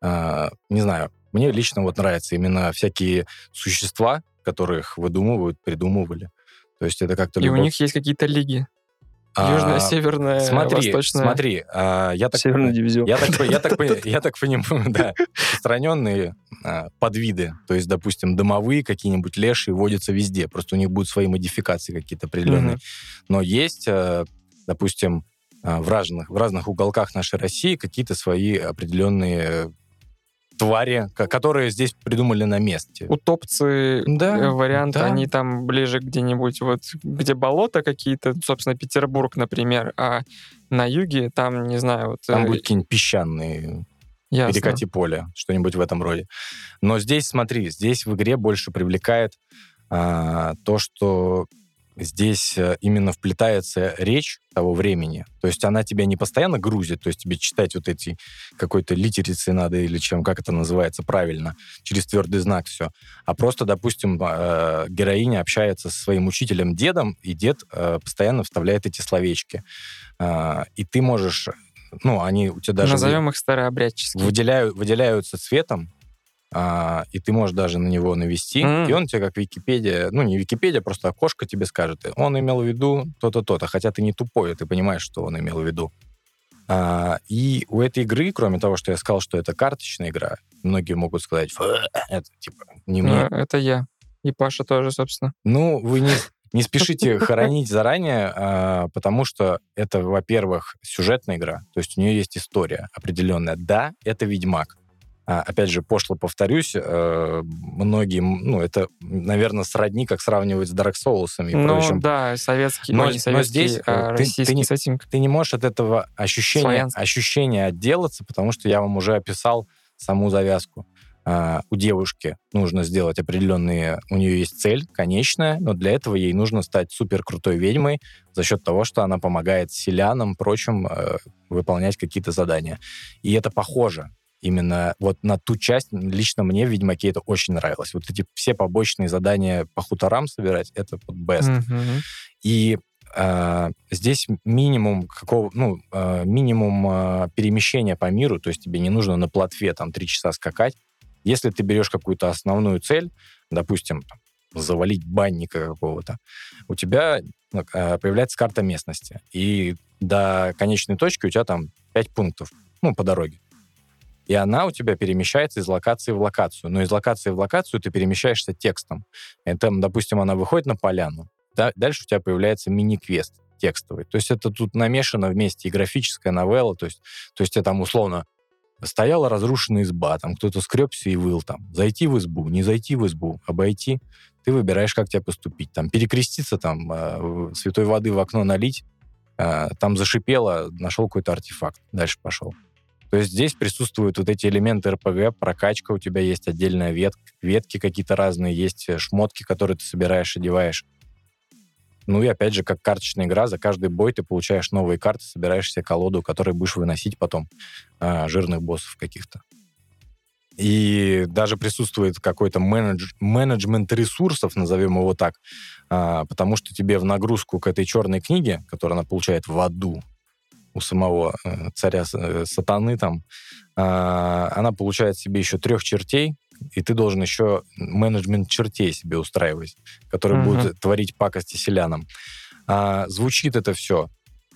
не знаю, мне лично вот нравится именно всякие существа, которых выдумывают, придумывали. То есть это как-то... И у них есть какие-то лиги? Южная, северная, восточная? Смотри, Северный дивизион. Я так понимаю, да, распространенные подвиды, то есть, допустим, домовые какие-нибудь лешие водятся везде, просто у них будут свои модификации какие-то определенные. Но есть, допустим, в разных уголках нашей России какие-то свои определенные твари, которые здесь придумали на месте. Утопцы, да, вариант, да. Они там ближе где-нибудь, вот где болото какие-то, собственно, Петербург, например, а на юге там, не знаю... Вот, там будут какие-нибудь песчаные перекати поле, что-нибудь в этом роде. Но здесь, смотри, здесь в игре больше привлекает то, что здесь именно вплетается речь того времени. То есть она тебя не постоянно грузит, то есть тебе читать вот эти какой-то литерицы надо или чем, как это называется правильно, через твердый знак все. А просто, допустим, героиня общается со своим учителем-дедом, и дед постоянно вставляет эти словечки. И ты можешь... Ну, они у тебя даже... Назовем их старообрядческие. Выделяются цветом, и ты можешь даже на него навести, и он тебе как Википедия, ну, не Википедия, просто окошко тебе скажет, он имел в виду то-то, то-то, хотя ты не тупой, ты понимаешь, что он имел в виду. И у этой игры, кроме того, что я сказал, что это карточная игра, многие могут сказать, это, типа, не мне. Это я. И Паша тоже, собственно. Ну, вы не спешите хоронить заранее, потому что это, во-первых, сюжетная игра, то есть у нее есть история определенная. Да, это Ведьмак. Опять же, пошло повторюсь, многие, это, наверное, сродни, как сравнивать с Dark Souls'ами и прочим. Да, советский, но не советский, здесь российский сеттинг. Ты не можешь от этого ощущения отделаться, потому что я вам уже описал саму завязку. У девушки нужно сделать определенные... У нее есть цель конечная, но для этого ей нужно стать суперкрутой ведьмой за счет того, что она помогает селянам, прочим, выполнять какие-то задания. И это похоже именно вот на ту часть. Лично мне в «Ведьмаке» это очень нравилось. Вот эти все побочные задания по хуторам собирать, это вот best. И здесь минимум перемещения по миру, то есть тебе не нужно на плотве там 3 часа скакать. Если ты берешь какую-то основную цель, допустим, завалить банника какого-то, у тебя появляется карта местности. И до конечной точки у тебя там 5 пунктов, по дороге. И она у тебя перемещается из локации в локацию. Но из локации в локацию ты перемещаешься текстом. И там, допустим, она выходит на поляну. Дальше у тебя появляется мини-квест текстовый. То есть это тут намешано вместе и графическая новелла. То есть я там условно стояла разрушенная изба, там кто-то скребся и выл, там, зайти в избу, не зайти в избу, обойти, ты выбираешь, как тебе поступить. Там, перекреститься, там, святой воды в окно налить, там зашипело, нашел какой-то артефакт, дальше пошел. То есть здесь присутствуют вот эти элементы РПГ, прокачка, у тебя есть отдельная ветки какие-то разные, есть шмотки, которые ты собираешь, одеваешь. Ну и опять же, как карточная игра, за каждый бой ты получаешь новые карты, собираешь себе колоду, которую будешь выносить потом жирных боссов каких-то. И даже присутствует какой-то менеджмент ресурсов, назовем его так, потому что тебе в нагрузку к этой черной книге, которую она получает в аду у самого царя сатаны, там, она получает себе еще 3 чертей, и ты должен еще менеджмент чертей себе устраивать, которые будут творить пакости селянам. Звучит это все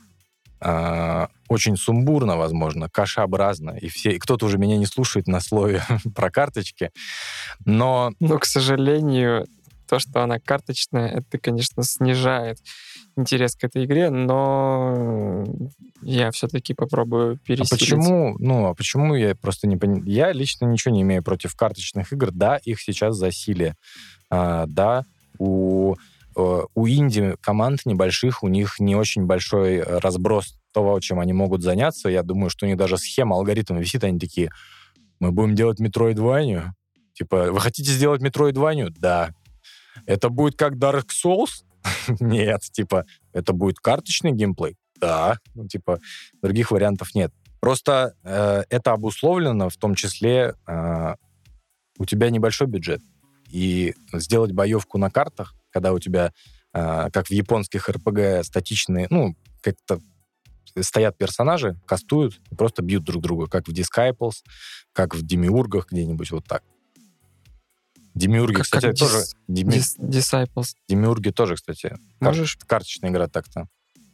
очень сумбурно, возможно, кашеобразно, и кто-то уже меня не слушает на слове про карточки, но... Но, к сожалению, то, что она карточная, это, конечно, снижает интерес к этой игре, но я все-таки попробую пересилить. Почему я просто не понимаю? Я лично ничего не имею против карточных игр. Да, их сейчас засилие. Да, у инди-команд небольших, у них не очень большой разброс того, чем они могут заняться. Я думаю, что у них даже схема, алгоритм висит, они такие, мы будем делать Metroidvania? Типа, вы хотите сделать Metroidvania? Да. Это будет как Dark Souls? Нет. Типа, это будет карточный геймплей? Да. Других вариантов нет. Просто это обусловлено, в том числе, у тебя небольшой бюджет. И сделать боевку на картах, когда у тебя, как в японских РПГ, статичные, как-то стоят персонажи, кастуют и просто бьют друг друга, как в Disciples, как в Демиургах где-нибудь вот так. Демиурги, кстати, тоже... Disciples. Демиурги тоже, кстати. Можешь? Карточная игра так-то.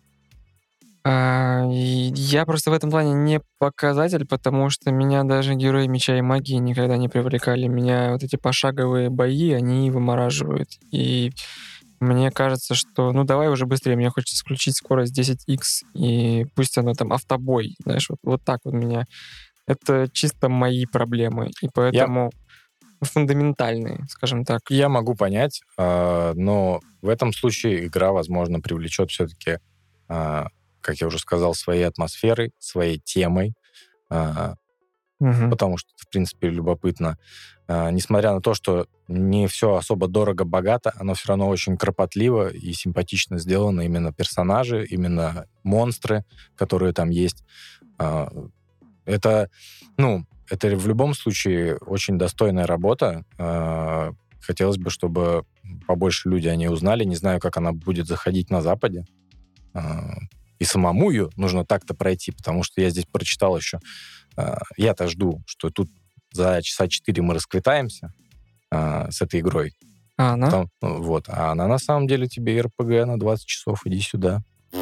Я просто в этом плане не показатель, потому что меня даже герои меча и магии никогда не привлекали. Меня вот эти пошаговые бои, они вымораживают. И мне кажется, что давай уже быстрее, мне хочется включить скорость 10x, и пусть оно там автобой, знаешь, вот так вот меня. Это чисто мои проблемы, и поэтому фундаментальные, скажем так. Я могу понять, но в этом случае игра, возможно, привлечет все-таки, как я уже сказал, своей атмосферой, своей темой, потому что, в принципе, любопытно. Несмотря на то, что не все особо дорого-богато, оно все равно очень кропотливо и симпатично сделано. Именно персонажи, именно монстры, которые там есть. Это в любом случае очень достойная работа. Хотелось бы, чтобы побольше людей о ней узнали. Не знаю, как она будет заходить на Западе. И самому ее нужно так-то пройти, потому что я здесь прочитал еще. Я-то жду, что тут за часа 4 мы расквитаемся с этой игрой. А она? А она на самом деле тебе РПГ на 20 часов. Иди сюда.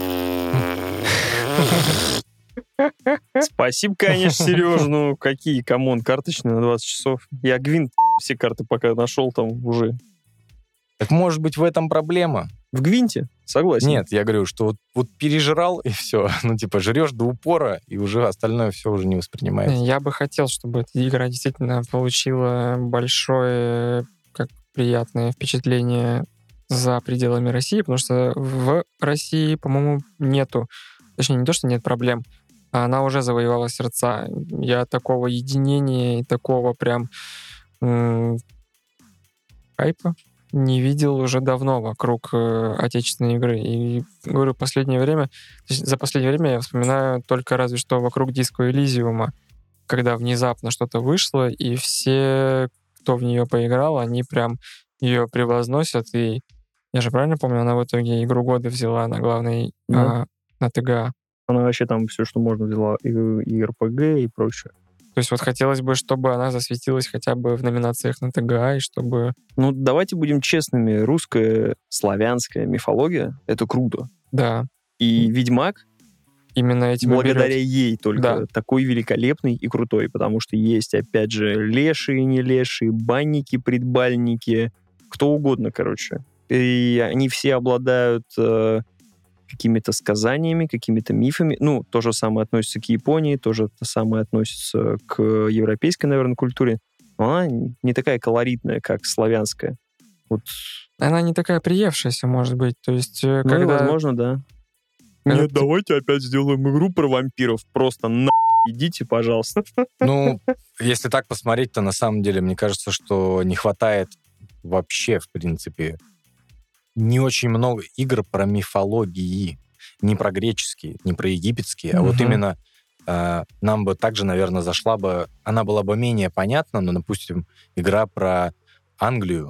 Спасибо, конечно, Сереж. Какие, камон, карточные на 20 часов. Я Гвинт все карты пока нашел там уже. Так может быть в этом проблема? В Гвинте? Согласен. Нет, я говорю, что вот пережрал, и все. Жрешь до упора, и уже остальное все уже не воспринимается. Я бы хотел, чтобы эта игра действительно получила большое, приятное впечатление за пределами России, потому что в России, по-моему, нету, точнее, не то, что нет проблем, а она уже завоевала сердца. Я такого единения и такого прям хайпа не видел уже давно вокруг отечественной игры. И, говорю, за последнее время я вспоминаю только разве что вокруг Disco Elysium, когда внезапно что-то вышло, и все, кто в нее поиграл, они прям ее превозносят. И я же правильно помню, она в итоге игру года взяла на главной на ТГА. Она вообще там все, что можно, взяла, и РПГ, и прочее. То есть хотелось бы, чтобы она засветилась хотя бы в номинациях на ТГА, и чтобы... Давайте будем честными. Русская, славянская мифология — это круто. Да. И Ведьмак именно этим благодаря ей только такой великолепный и крутой, потому что есть, опять же, лешие, не лешие, банники, предбальники, кто угодно, короче. И они все обладают... какими-то сказаниями, какими-то мифами. То же самое относится к Японии, то же самое относится к европейской, наверное, культуре. Но она не такая колоритная, как славянская. Она не такая приевшаяся, может быть. То есть, когда... возможно, да. Нет, давайте опять сделаем игру про вампиров. Просто идите, пожалуйста. Если так посмотреть, то на самом деле, мне кажется, что не хватает вообще, в принципе, не очень много игр про мифологии. Не про греческие, не про египетские, а вот именно нам бы также, наверное, зашла бы... Она была бы менее понятна, но, допустим, игра про Англию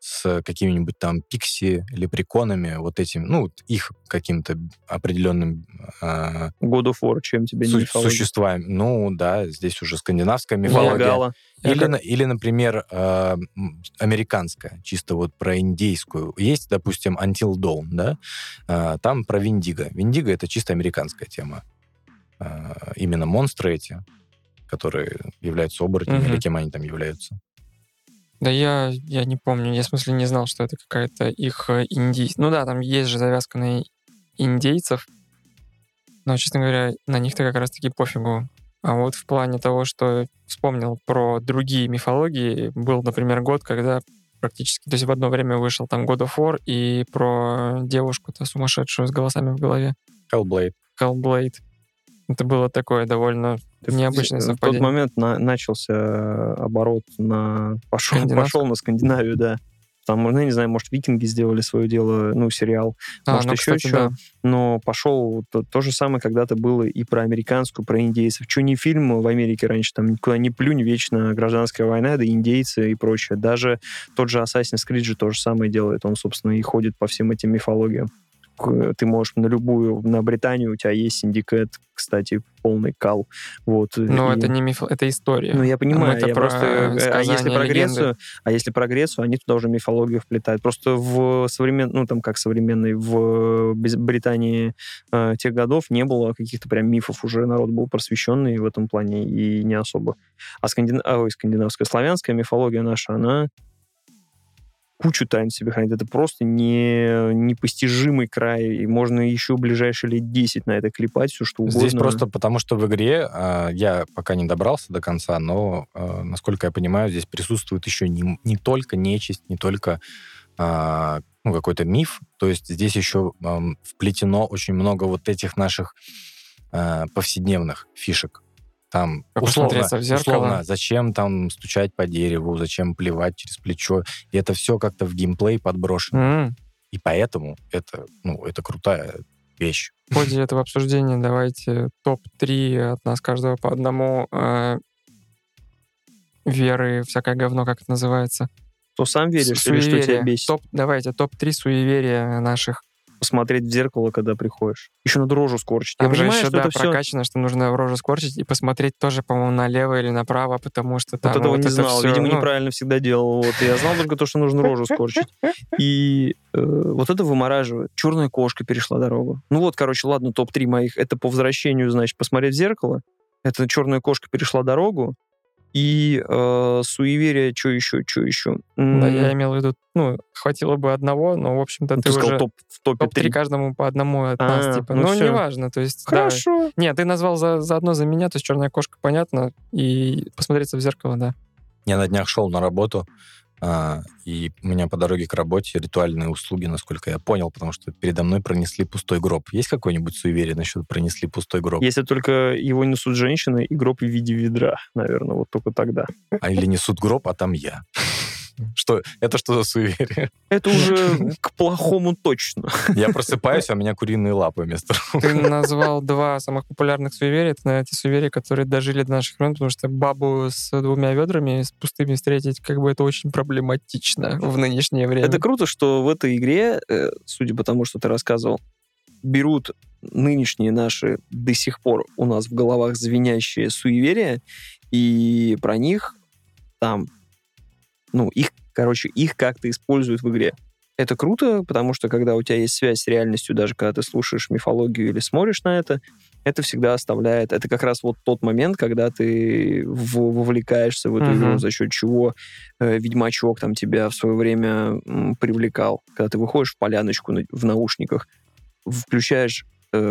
с какими-нибудь там пикси, лепреконами, вот этим, ну, их каким-то определенным... God of War, чем тебе не мифология? Существами. Ну, да, здесь уже скандинавская мифология. Или, например, американская, чисто вот про индейскую. Есть, допустим, Until Dawn, да? Там про Виндиго. Виндиго — это чисто американская тема. Именно монстры эти, которые являются оборотнями, или кем они там являются. Да я не помню. Я, в смысле, не знал, что это какая-то их индийская... Ну да, там есть же завязка на индейцев, но, честно говоря, на них-то как раз-таки пофигу. А вот в плане того, что вспомнил про другие мифологии, был, например, год, когда практически... То есть в одно время вышел там God of War и про девушку-то сумасшедшую с голосами в голове. Hellblade. Это было такое довольно необычное совпадение. В тот момент начался оборот пошел на Скандинавию, да. Там, я не знаю, может, викинги сделали свое дело, ну, сериал, может, еще кстати, что. Да. Но пошел то же самое когда-то было и про американскую, про индейцев. Что не фильм в Америке раньше, там никуда не плюнь, вечно гражданская война, да индейцы и прочее. Даже тот же Assassin's Creed же то же самое делает. Он, собственно, и ходит по всем этим мифологиям. Ты можешь на Британию, у тебя есть Syndicate, кстати, полный кал. Вот. Но это не миф, это история. Ну, я понимаю, я просто... если про Грецию, они туда уже мифологию вплетают. Просто в современной, в Британии тех годов не было каких-то прям мифов. Уже народ был просвещенный в этом плане и не особо. А скандинавская, славянская мифология наша, она кучу тайн себе хранит. Это просто непостижимый край. И можно еще ближайшие лет 10 на это клепать, все что угодно. Здесь просто потому, что в игре я пока не добрался до конца, но, насколько я понимаю, здесь присутствует еще не только нечисть, не только какой-то миф. То есть здесь еще вплетено очень много вот этих наших повседневных фишек. Там условно, зачем там стучать по дереву, зачем плевать через плечо. И это все как-то в геймплей подброшено. И поэтому это крутая вещь. В ходе этого обсуждения давайте топ-3 от нас каждого по одному веры, всякое говно, как это называется. То сам веришь или что тебя бесит? Давайте топ-3 суеверия наших. Посмотреть в зеркало, когда приходишь. Еще надо рожу скорчить. Там же еще, да, прокачано, что нужно рожу скорчить и посмотреть тоже, по-моему, налево или направо, потому что там... Вот этого не знал. Видимо, неправильно всегда делал. Вот. Я знал только то, что нужно рожу скорчить. И вот это вымораживает. Черная кошка перешла дорогу. Ну вот, короче, ладно, топ-3 моих. Это по возвращению, значит, посмотреть в зеркало. Это черная кошка перешла дорогу. И суеверие, что еще? Да, я имел в виду, хватило бы одного, но, в общем-то, ты уже в топе 3 каждому по одному от нас, типа. Ну, неважно, то есть... Хорошо. Да. Нет, ты назвал заодно за меня, то есть черная кошка, понятно, и посмотреться в зеркало, да. Я на днях шел на работу, и у меня по дороге к работе ритуальные услуги, насколько я понял, потому что передо мной пронесли пустой гроб. Есть какое-нибудь суеверие насчет пронесли пустой гроб? Если только его несут женщины и гроб в виде ведра, наверное, вот только тогда. Или несут гроб, а там я. Это что за суеверие? Это уже к плохому точно. Я просыпаюсь, а у меня куриные лапы вместо рук. Ты назвал 2 самых популярных суеверия. Это, наверное, те суеверия, которые дожили до наших времен, потому что бабу с 2 ведрами, с пустыми встретить, как бы это очень проблематично в нынешнее время. Это круто, что в этой игре, судя по тому, что ты рассказывал, берут нынешние наши до сих пор у нас в головах звенящие суеверия, и про них там их как-то используют в игре. Это круто, потому что когда у тебя есть связь с реальностью, даже когда ты слушаешь мифологию или смотришь на это всегда оставляет... Это как раз вот тот момент, когда ты вовлекаешься в эту игру, за счет чего Ведьмачок там тебя в свое время привлекал. Когда ты выходишь в поляночку в наушниках, включаешь,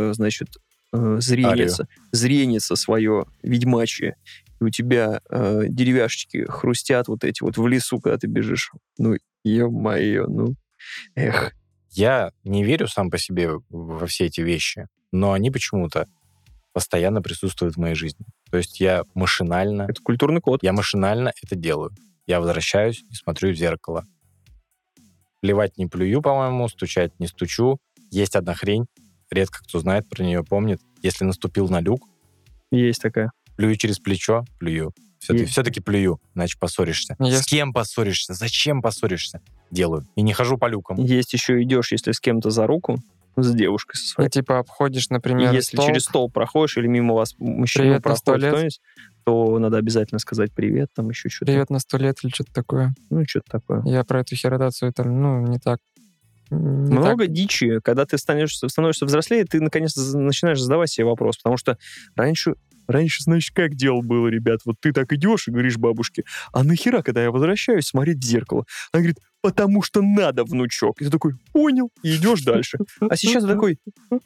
зренице свое ведьмачье, и у тебя деревяшечки хрустят вот эти вот в лесу, когда ты бежишь. Ну, ё-моё, эх. Я не верю сам по себе во все эти вещи, но они почему-то постоянно присутствуют в моей жизни. То есть я машинально... Это культурный код. Я машинально это делаю. Я возвращаюсь и смотрю в зеркало. Плевать не плюю, по-моему, стучать не стучу. Есть одна хрень, редко кто знает про нее, помнит. Если наступил на люк... Есть такая. Плюю через плечо, плюю. Все-таки плюю, иначе поссоришься. С кем поссоришься? Зачем поссоришься? Делаю. И не хожу по люкам. Есть еще идешь, если с кем-то за руку, с девушкой со своей. И типа обходишь, например, и если через стол проходишь или мимо вас мужчина проходит кто-нибудь, то надо обязательно сказать привет, там еще что-то. Привет на 100 лет или что-то такое. Ну, что-то такое. Я про эту херодацию там, не так. Много дичи. Когда ты становишься взрослее, ты, наконец, начинаешь задавать себе вопрос. Потому что раньше, знаешь, как дело было, ребят? Вот ты так идешь и говоришь бабушке, а нахера, когда я возвращаюсь, смотреть в зеркало? Она говорит, потому что надо, внучок. И ты такой, понял, и идешь дальше. А сейчас ты такой,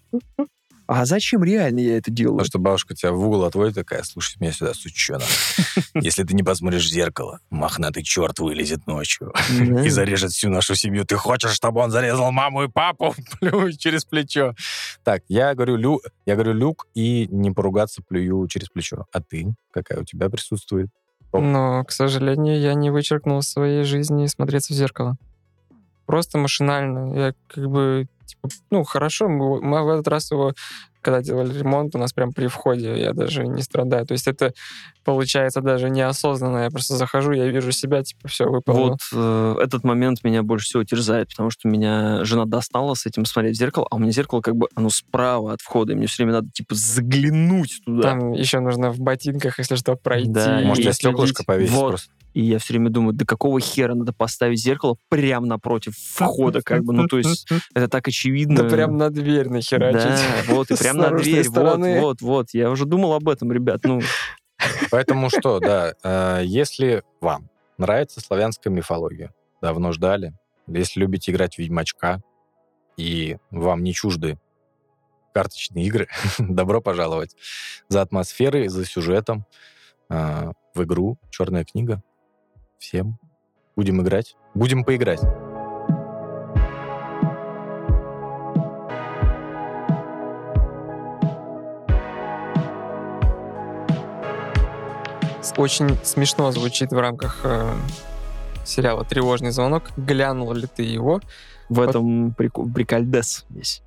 а зачем реально я это делаю? Потому что бабушка тебя в угол отводит такая, слушай меня сюда, сучона. Если ты не посмотришь в зеркало, мохнатый черт вылезет ночью и зарежет всю нашу семью. Ты хочешь, чтобы он зарезал маму и папу? Плюю через плечо. Так, я говорю люк и не поругаться плюю через плечо. А ты? Какая у тебя присутствует? Но, к сожалению, я не вычеркнул в своей жизни смотреться в зеркало. Просто машинально. Я хорошо, мы в этот раз его, когда делали ремонт, у нас прям при входе, я даже не страдаю. То есть это получается даже неосознанно. Я просто захожу, я вижу себя, все, выполнил. Вот этот момент меня больше всего терзает, потому что меня жена достала с этим смотреть в зеркало, а у меня зеркало оно справа от входа, и мне все время надо заглянуть туда. Там еще нужно в ботинках, если что, пройти. Да, может, я стеклышко повесить просто. И я все время думаю, да какого хера надо поставить зеркало прямо напротив входа, то есть это так очевидно. Да прям на дверь нахерачить. Да, вот, и прям на дверь, вот. Я уже думал об этом, ребят, Поэтому что, да, если вам нравится славянская мифология, давно ждали, если любите играть в Ведьмачка, и вам не чужды карточные игры, добро пожаловать за атмосферой, за сюжетом в игру «Черная книга». Всем будем играть, будем поиграть. Очень смешно звучит в рамках сериала «Тревожный звонок». Глянул ли ты его? В этом прикольдес весь.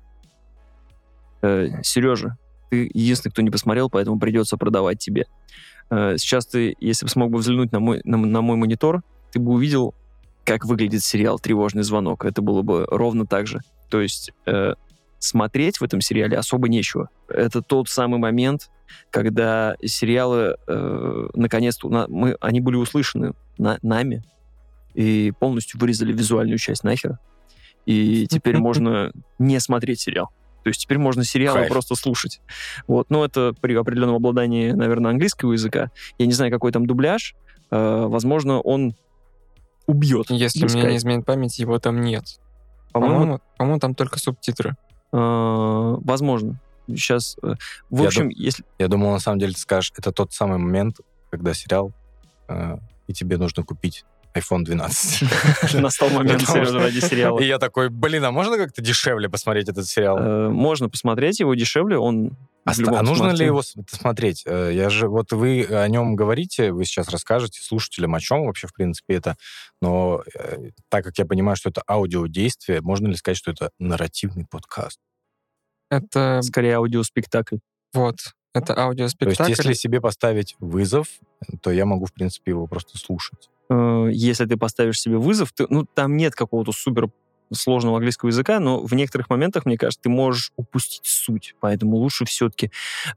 Сережа, ты единственный, кто не посмотрел, поэтому придется продавать тебе. Сейчас ты, если бы смог бы взглянуть на мой монитор, ты бы увидел, как выглядит сериал «Тревожный звонок». Это было бы ровно так же. То есть смотреть в этом сериале особо нечего. Это тот самый момент, когда сериалы наконец-то... они были услышаны нами и полностью вырезали визуальную часть нахер. И теперь можно не смотреть сериал. То есть теперь можно сериалы просто слушать. Вот. Но это при определенном обладании, наверное, английского языка. Я не знаю, какой там дубляж. Возможно, он убьет. Если мне не изменит память, его там нет. По-моему, там только субтитры. Возможно. Сейчас, в общем, если... Я думал, на самом деле, ты скажешь, это тот самый момент, когда сериал, и тебе нужно купить iPhone 12. Настал момент, Сережа, ради сериала. И я такой, а можно как-то дешевле посмотреть этот сериал? Можно посмотреть его дешевле, он... А нужно ли его смотреть? Вы о нем говорите, вы сейчас расскажете слушателям, о чем вообще, в принципе, это. Но так как я понимаю, что это аудиодействие, можно ли сказать, что это нарративный подкаст? Это... Скорее аудиоспектакль. Вот. Это аудиоспектакль. То есть, если себе поставить вызов, то я могу, в принципе, его просто слушать. Если ты поставишь себе вызов, там нет какого-то супер сложного английского языка, но в некоторых моментах, мне кажется, ты можешь упустить суть. Поэтому лучше все-таки...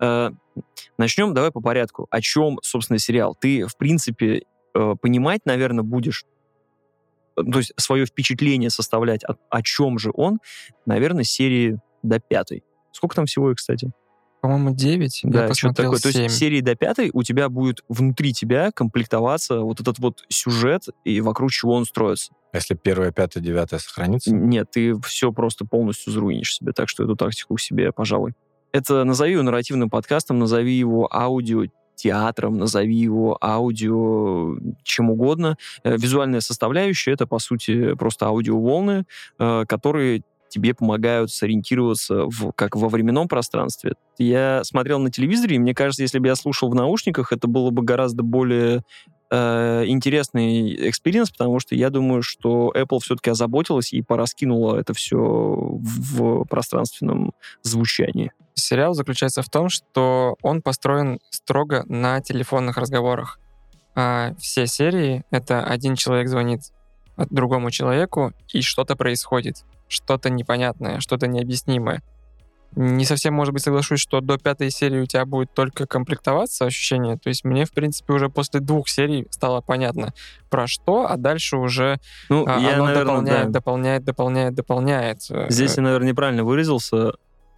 Начнем давай по порядку. О чем, собственно, сериал? Ты, в принципе, понимать, наверное, будешь, то есть свое впечатление составлять, о чем же он, наверное, серии до 5. Сколько там всего, кстати? По-моему, 9. Да, я посмотрел 7. То есть серии до 5 у тебя будет внутри тебя комплектоваться вот этот вот сюжет, и вокруг чего он строится. А если 1, 5, 9 сохранится? Нет, ты все просто полностью заруинишь себе, так что эту тактику к себе, пожалуй. Это назови его нарративным подкастом, назови его аудиотеатром, назови его аудио чем угодно. Визуальная составляющая — это, по сути, просто аудиоволны, которые тебе помогают сориентироваться как во временном пространстве. Я смотрел на телевизоре, и мне кажется, если бы я слушал в наушниках, это было бы гораздо более интересный экспириенс, потому что я думаю, что Apple все-таки озаботилась и пораскинула это все в пространственном звучании. Сериал заключается в том, что он построен строго на телефонных разговорах. Все серии — это один человек звонит другому человеку, и что-то происходит. Что-то непонятное, что-то необъяснимое. Не совсем, может быть, соглашусь, что до 5-й серии у тебя будет только комплектоваться ощущение. То есть мне, в принципе, уже после 2 серий стало понятно, про что, а дальше уже оно, наверное, дополняет. Здесь я, наверное, неправильно выразился.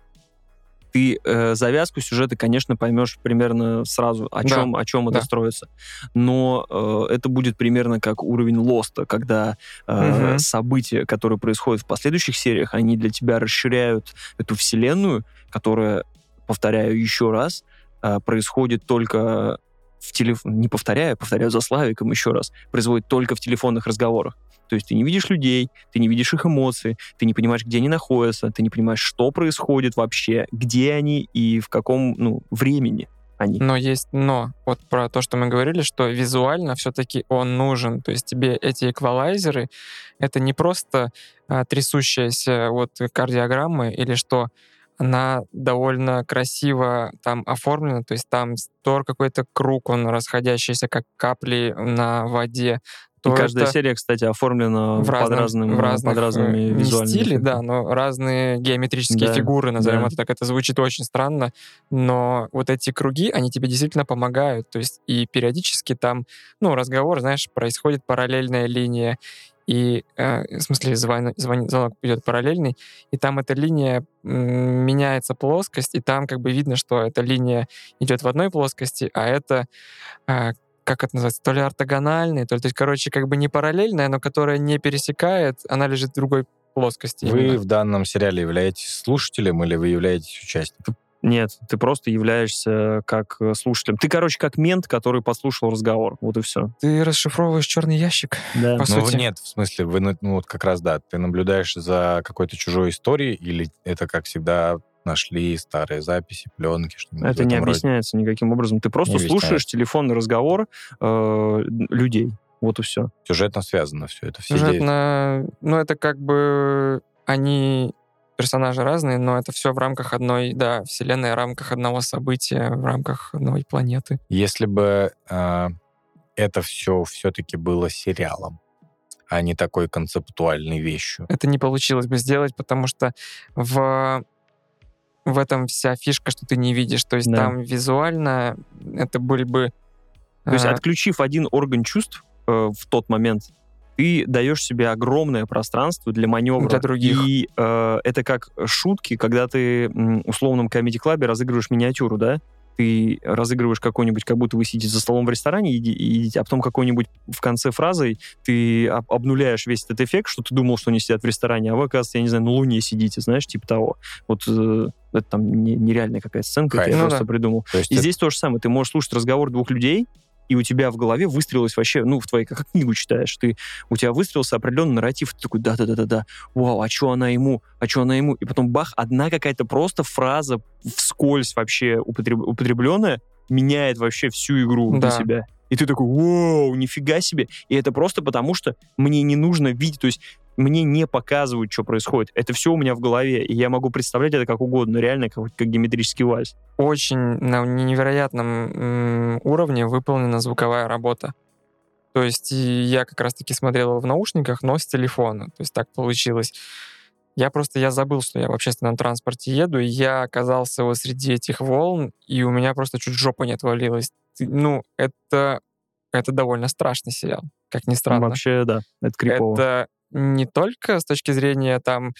Ты завязку сюжета, конечно, поймешь примерно сразу, о чем это строится. Но это будет примерно как уровень Лоста, когда события, которые происходят в последующих сериях, они для тебя расширяют эту вселенную, которая, повторяю еще раз, происходит только не повторяю за Славиком еще раз, происходит только в телефонных разговорах. То есть ты не видишь людей, ты не видишь их эмоций, ты не понимаешь, где они находятся, ты не понимаешь, что происходит вообще, где они и в каком времени они. Но есть но. Вот про то, что мы говорили, что визуально все-таки он нужен. То есть тебе эти эквалайзеры — это не просто трясущаяся кардиограмма или что она довольно красиво там оформлена, то есть там какой-то круг, он расходящийся, как капли на воде. И каждая серия, кстати, оформлена под разными визуальными стили, да, но разные геометрические фигуры, назовем это так. Это звучит очень странно, но вот эти круги, они тебе действительно помогают. То есть и периодически там, разговор, знаешь, происходит параллельная линия, и, в смысле, звонок идет параллельный, и там эта линия меняется плоскость, и там как бы видно, что эта линия идет в одной плоскости, а это как это называется, то ли ортогональный, то есть, как бы не параллельная, но которая не пересекает, она лежит в другой плоскости. Вы именно. В данном сериале являетесь слушателем или вы являетесь участником? Нет, ты просто являешься как слушателем. Ты, как мент, который послушал разговор. Вот и все. Ты расшифровываешь черный ящик, да. по сути. Нет, в смысле, вы, как раз, да, ты наблюдаешь за какой-то чужой историей, или это, как всегда, нашли старые записи, пленки, что-нибудь это не объясняется никаким образом. Ты просто слушаешь телефонный разговор людей. Вот и все. Сюжетно связано все это. Сюжетно... это как бы они... персонажи разные, но это все в рамках одной, вселенной, в рамках одного события, в рамках одной планеты. Если бы это все-таки было сериалом, а не такой концептуальной вещью. Это не получилось бы сделать, потому что в этом вся фишка, что ты не видишь. То есть там визуально это были бы... То есть отключив один орган чувств в тот момент, ты даешь себе огромное пространство для маневра. Для других. И это как шутки, когда ты в условном комеди-клабе разыгрываешь миниатюру, да? Ты разыгрываешь какой-нибудь, как будто вы сидите за столом в ресторане, а потом какой-нибудь в конце фразы ты обнуляешь весь этот эффект, что ты думал, что они сидят в ресторане, а вы, оказывается, я не знаю, на Луне сидите, знаешь, типа того. Вот это там нереальная какая-то сценка, это я просто придумал. И здесь то же самое. Ты можешь слушать разговор двух людей, и у тебя в голове выстрелилось вообще, в твоей, как книгу читаешь, у тебя выстрелился определенный нарратив, ты такой, да-да-да-да, вау, а что она ему, и потом бах, одна какая-то просто фраза вскользь вообще употребленная меняет вообще всю игру для себя. И ты такой, вау, нифига себе. И это просто потому, что мне не нужно видеть, то есть мне не показывают, что происходит. Это все у меня в голове, и я могу представлять это как угодно, реально как геометрический вальс. Очень на невероятном уровне выполнена звуковая работа. То есть я как раз-таки смотрел его в наушниках, но с телефона. То есть так получилось. Я забыл, что я в общественном транспорте еду, и я оказался среди этих волн, и у меня просто чуть жопа не отвалилась. Это довольно страшный сериал, как ни странно. Вообще, да, это крипово. Это не только с точки зрения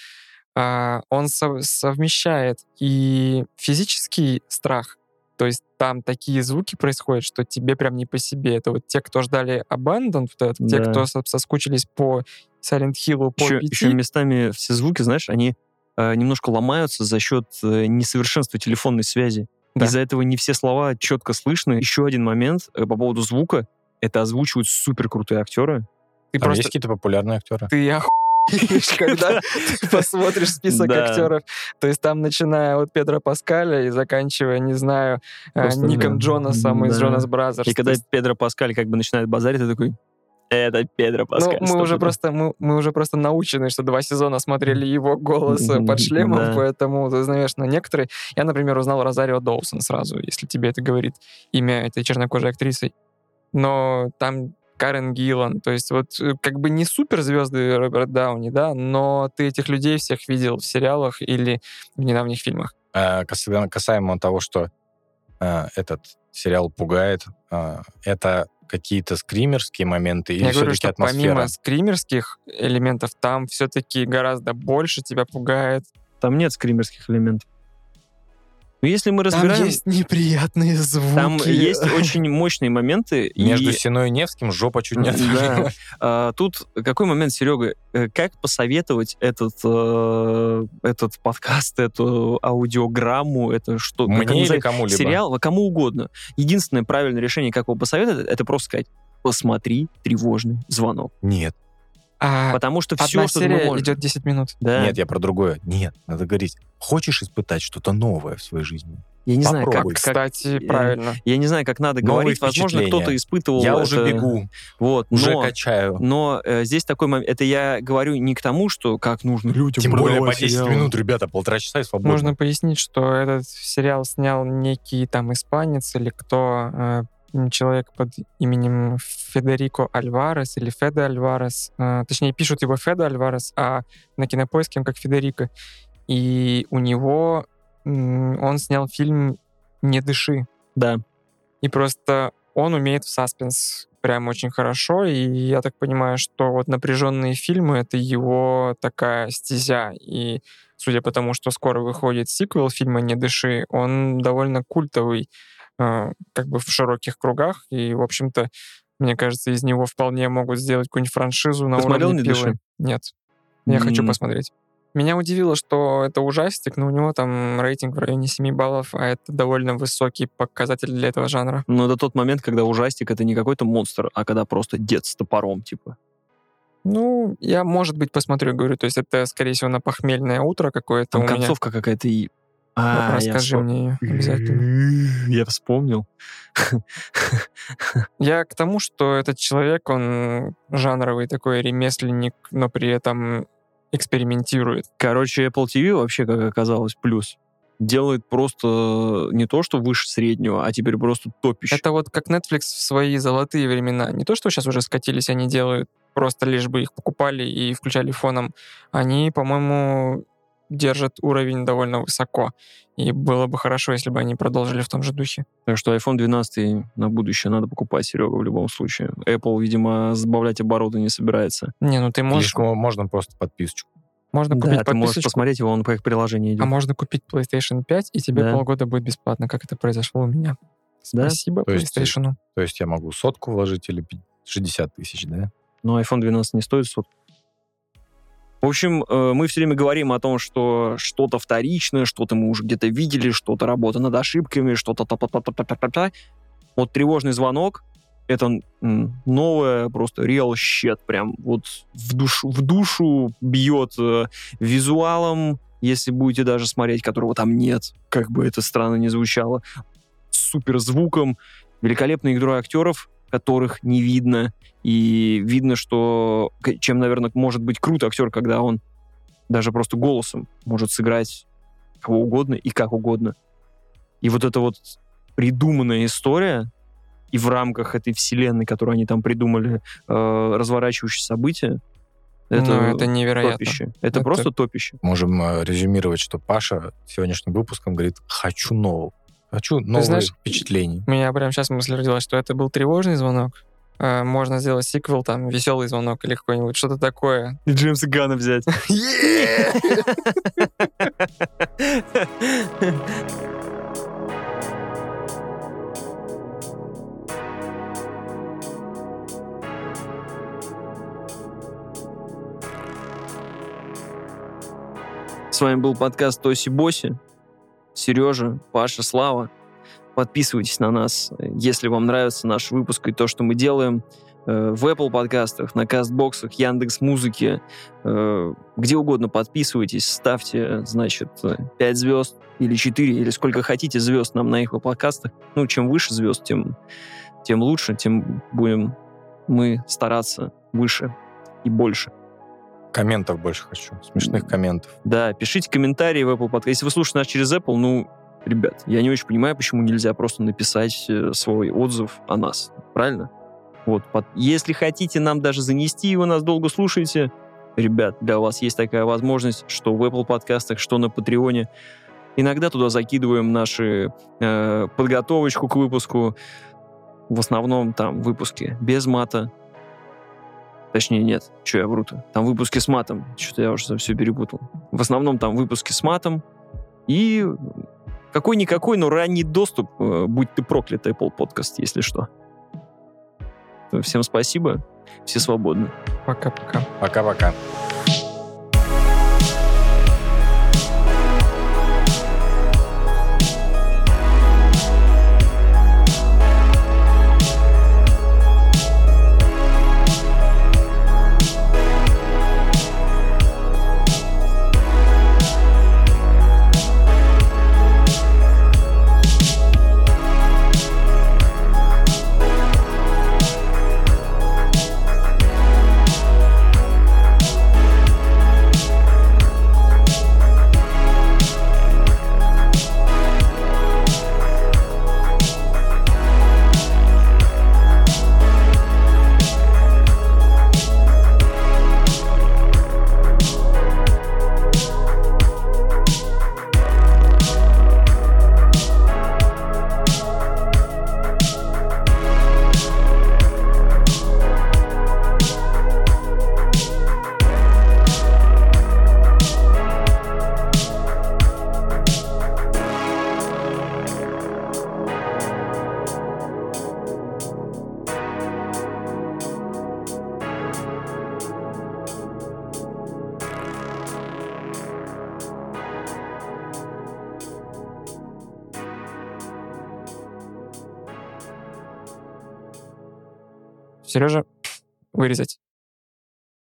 он совмещает и физический страх, то есть там такие звуки происходят, что тебе прям не по себе. Это те, кто ждали Abandoned, те, кто соскучились по Silent Hill, по PT. Еще местами все звуки, знаешь, они немножко ломаются за счет несовершенства телефонной связи. Да. Из-за этого не все слова четко слышны. Еще один момент по поводу звука. Это озвучивают супер крутые актеры. Там есть какие-то популярные актеры? Ты охуеешь, когда ты посмотришь список актеров. То есть там, начиная от Педро Паскаля и заканчивая, не знаю, Ником Джонасом из Джонас Бразерс. И когда Педро Паскаль как бы начинает базарить, ты такой... Это Педро Паскаль. Мы уже просто научены, что 2 сезона смотрели его голос под шлемом, поэтому ты знаешь, некоторые... Я, например, узнал Розарио Доусон сразу, если тебе это говорит имя этой чернокожей актрисы. Но там Карен Гиллан, то есть вот как бы не суперзвезды Роберт Дауни, да, но ты этих людей всех видел в сериалах или в недавних фильмах. Касаемо того, что этот сериал пугает, это какие-то скримерские моменты или все-таки атмосфера? Помимо скримерских элементов, там все-таки гораздо больше тебя пугает. Там нет скримерских элементов. Но если мы разбираем... Там есть неприятные звуки. Там есть очень мощные моменты. Между Сеной и Невским жопа чуть не отвалилась. Да. Тут какой момент, Серега? Как посоветовать этот подкаст, эту аудиограмму, это что? Мне или кому-либо? Сериал, кому угодно. Единственное правильное решение, как его посоветовать, это просто сказать: посмотри «Тревожный звонок». Нет. Потому что все, одна что серия мы идет 10 минут. Да. Нет, я про другое. Нет, надо говорить. Хочешь испытать что-то новое в своей жизни? Я не знаю, как... Кстати, правильно. Я не знаю, как надо говорить. Возможно, кто-то испытывал... Я уже бегу. Вот, уже качаю. Но здесь такой момент... Это я говорю не к тому, что как нужно людям... Тем более по 10 минут, ребята, 1,5 часа и свободно. Можно пояснить, что этот сериал снял некий там испанец или кто... человек под именем Федерико Альварес или Феде Альварес. Точнее, пишут его Феде Альварес, а на Кинопоиске он как Федерико. И у него... Он снял фильм «Не дыши». Да. И просто он умеет в саспенс прям очень хорошо. И я так понимаю, что вот напряженные фильмы — это его такая стезя. И судя по тому, что скоро выходит сиквел фильма «Не дыши», он довольно культовый, как бы в широких кругах, и, в общем-то, мне кажется, из него вполне могут сделать какую-нибудь франшизу на Посмотрел уровне «Не «Пилы». дыши»? Нет. Я хочу посмотреть. Меня удивило, что это ужастик, но у него там рейтинг в районе 7 баллов, а это довольно высокий показатель для этого жанра. Но это тот момент, когда ужастик — это не какой-то монстр, а когда просто дед с топором, типа. Ну, я, может быть, посмотрю, говорю, то есть это, скорее всего, на похмельное утро какое-то. Там концовка какая-то и... Расскажи мне ее обязательно. Я вспомнил. Я к тому, что этот человек, он жанровый такой ремесленник, но при этом экспериментирует. Короче, Apple TV вообще, как оказалось, плюс. Делает просто не то, что выше среднего, а теперь просто топище. Это вот как Netflix в свои золотые времена. Не то, что сейчас уже скатились, они делают просто лишь бы их покупали и включали фоном. Они, по-моему, держат уровень довольно высоко. И было бы хорошо, если бы они продолжили в том же духе. Так что iPhone 12 на будущее надо покупать, Серега, в любом случае. Apple, видимо, сбавлять обороты не собирается. Не, ну ты можешь... Можно просто подписочку. Можно купить подписочку. Ты можешь посмотреть его, он как приложение идет. А можно купить PlayStation 5, и тебе полгода будет бесплатно, как это произошло у меня. Да? Спасибо PlayStation. То есть я могу 100 вложить или 60 тысяч, да? Но iPhone 12 не стоит 100. В общем, мы все время говорим о том, что что-то вторичное, что-то мы уже где-то видели, что-то работа над ошибками, что-то та-та-та-та-та-та-та. Вот «Тревожный звонок» — это новое просто real shit, прям вот в душу бьет визуалом, если будете даже смотреть, которого там нет, как бы это странно ни звучало, супер звуком, великолепной игрой актеров, которых не видно, и видно, что чем, наверное, может быть крут актер, когда он даже просто голосом может сыграть кого угодно и как угодно. И вот эта вот придуманная история, и в рамках этой вселенной, которую они там придумали, разворачивающиеся события, это невероятно. Топище. Это просто топище. Можем резюмировать, что Паша сегодняшним выпуском говорит: хочу нового. Хочу новых впечатлений. У меня прямо сейчас мысль родилась, что это был тревожный звонок. Можно сделать сиквел, там, веселый звонок или какой-нибудь, что-то такое. И Джеймса Ганна взять. С вами был подкаст Тоси-Боси. Сережа, Паша, Слава. Подписывайтесь на нас, если вам нравится наш выпуск и то, что мы делаем. В Apple подкастах, на Кастбоксах, Яндекс.Музыке, где угодно подписывайтесь, ставьте, значит, 5 звезд или 4, или сколько хотите звезд нам на их подкастах. Ну, чем выше звезд, тем лучше, тем будем мы стараться выше и больше. Комментов больше хочу, смешных комментов. Да, пишите комментарии в Apple Podcast. Если вы слушаете нас через Apple, ребят, я не очень понимаю, почему нельзя просто написать свой отзыв о нас. Правильно? Вот. Если хотите нам даже занести, и вы нас долго слушаете, ребят, для вас есть такая возможность, что в Apple подкастах, что на Патреоне. Иногда туда закидываем нашу подготовочку к выпуску. В основном там выпуски без мата. Точнее, нет, что я вру-то. Там выпуски с матом. Что-то я уже все перепутал. В основном там выпуски с матом. И какой-никакой, но ранний доступ. Будь ты проклят, Apple Podcast, если что. Всем спасибо. Все свободны. Пока-пока. Пока-пока. Сережа, вырезать.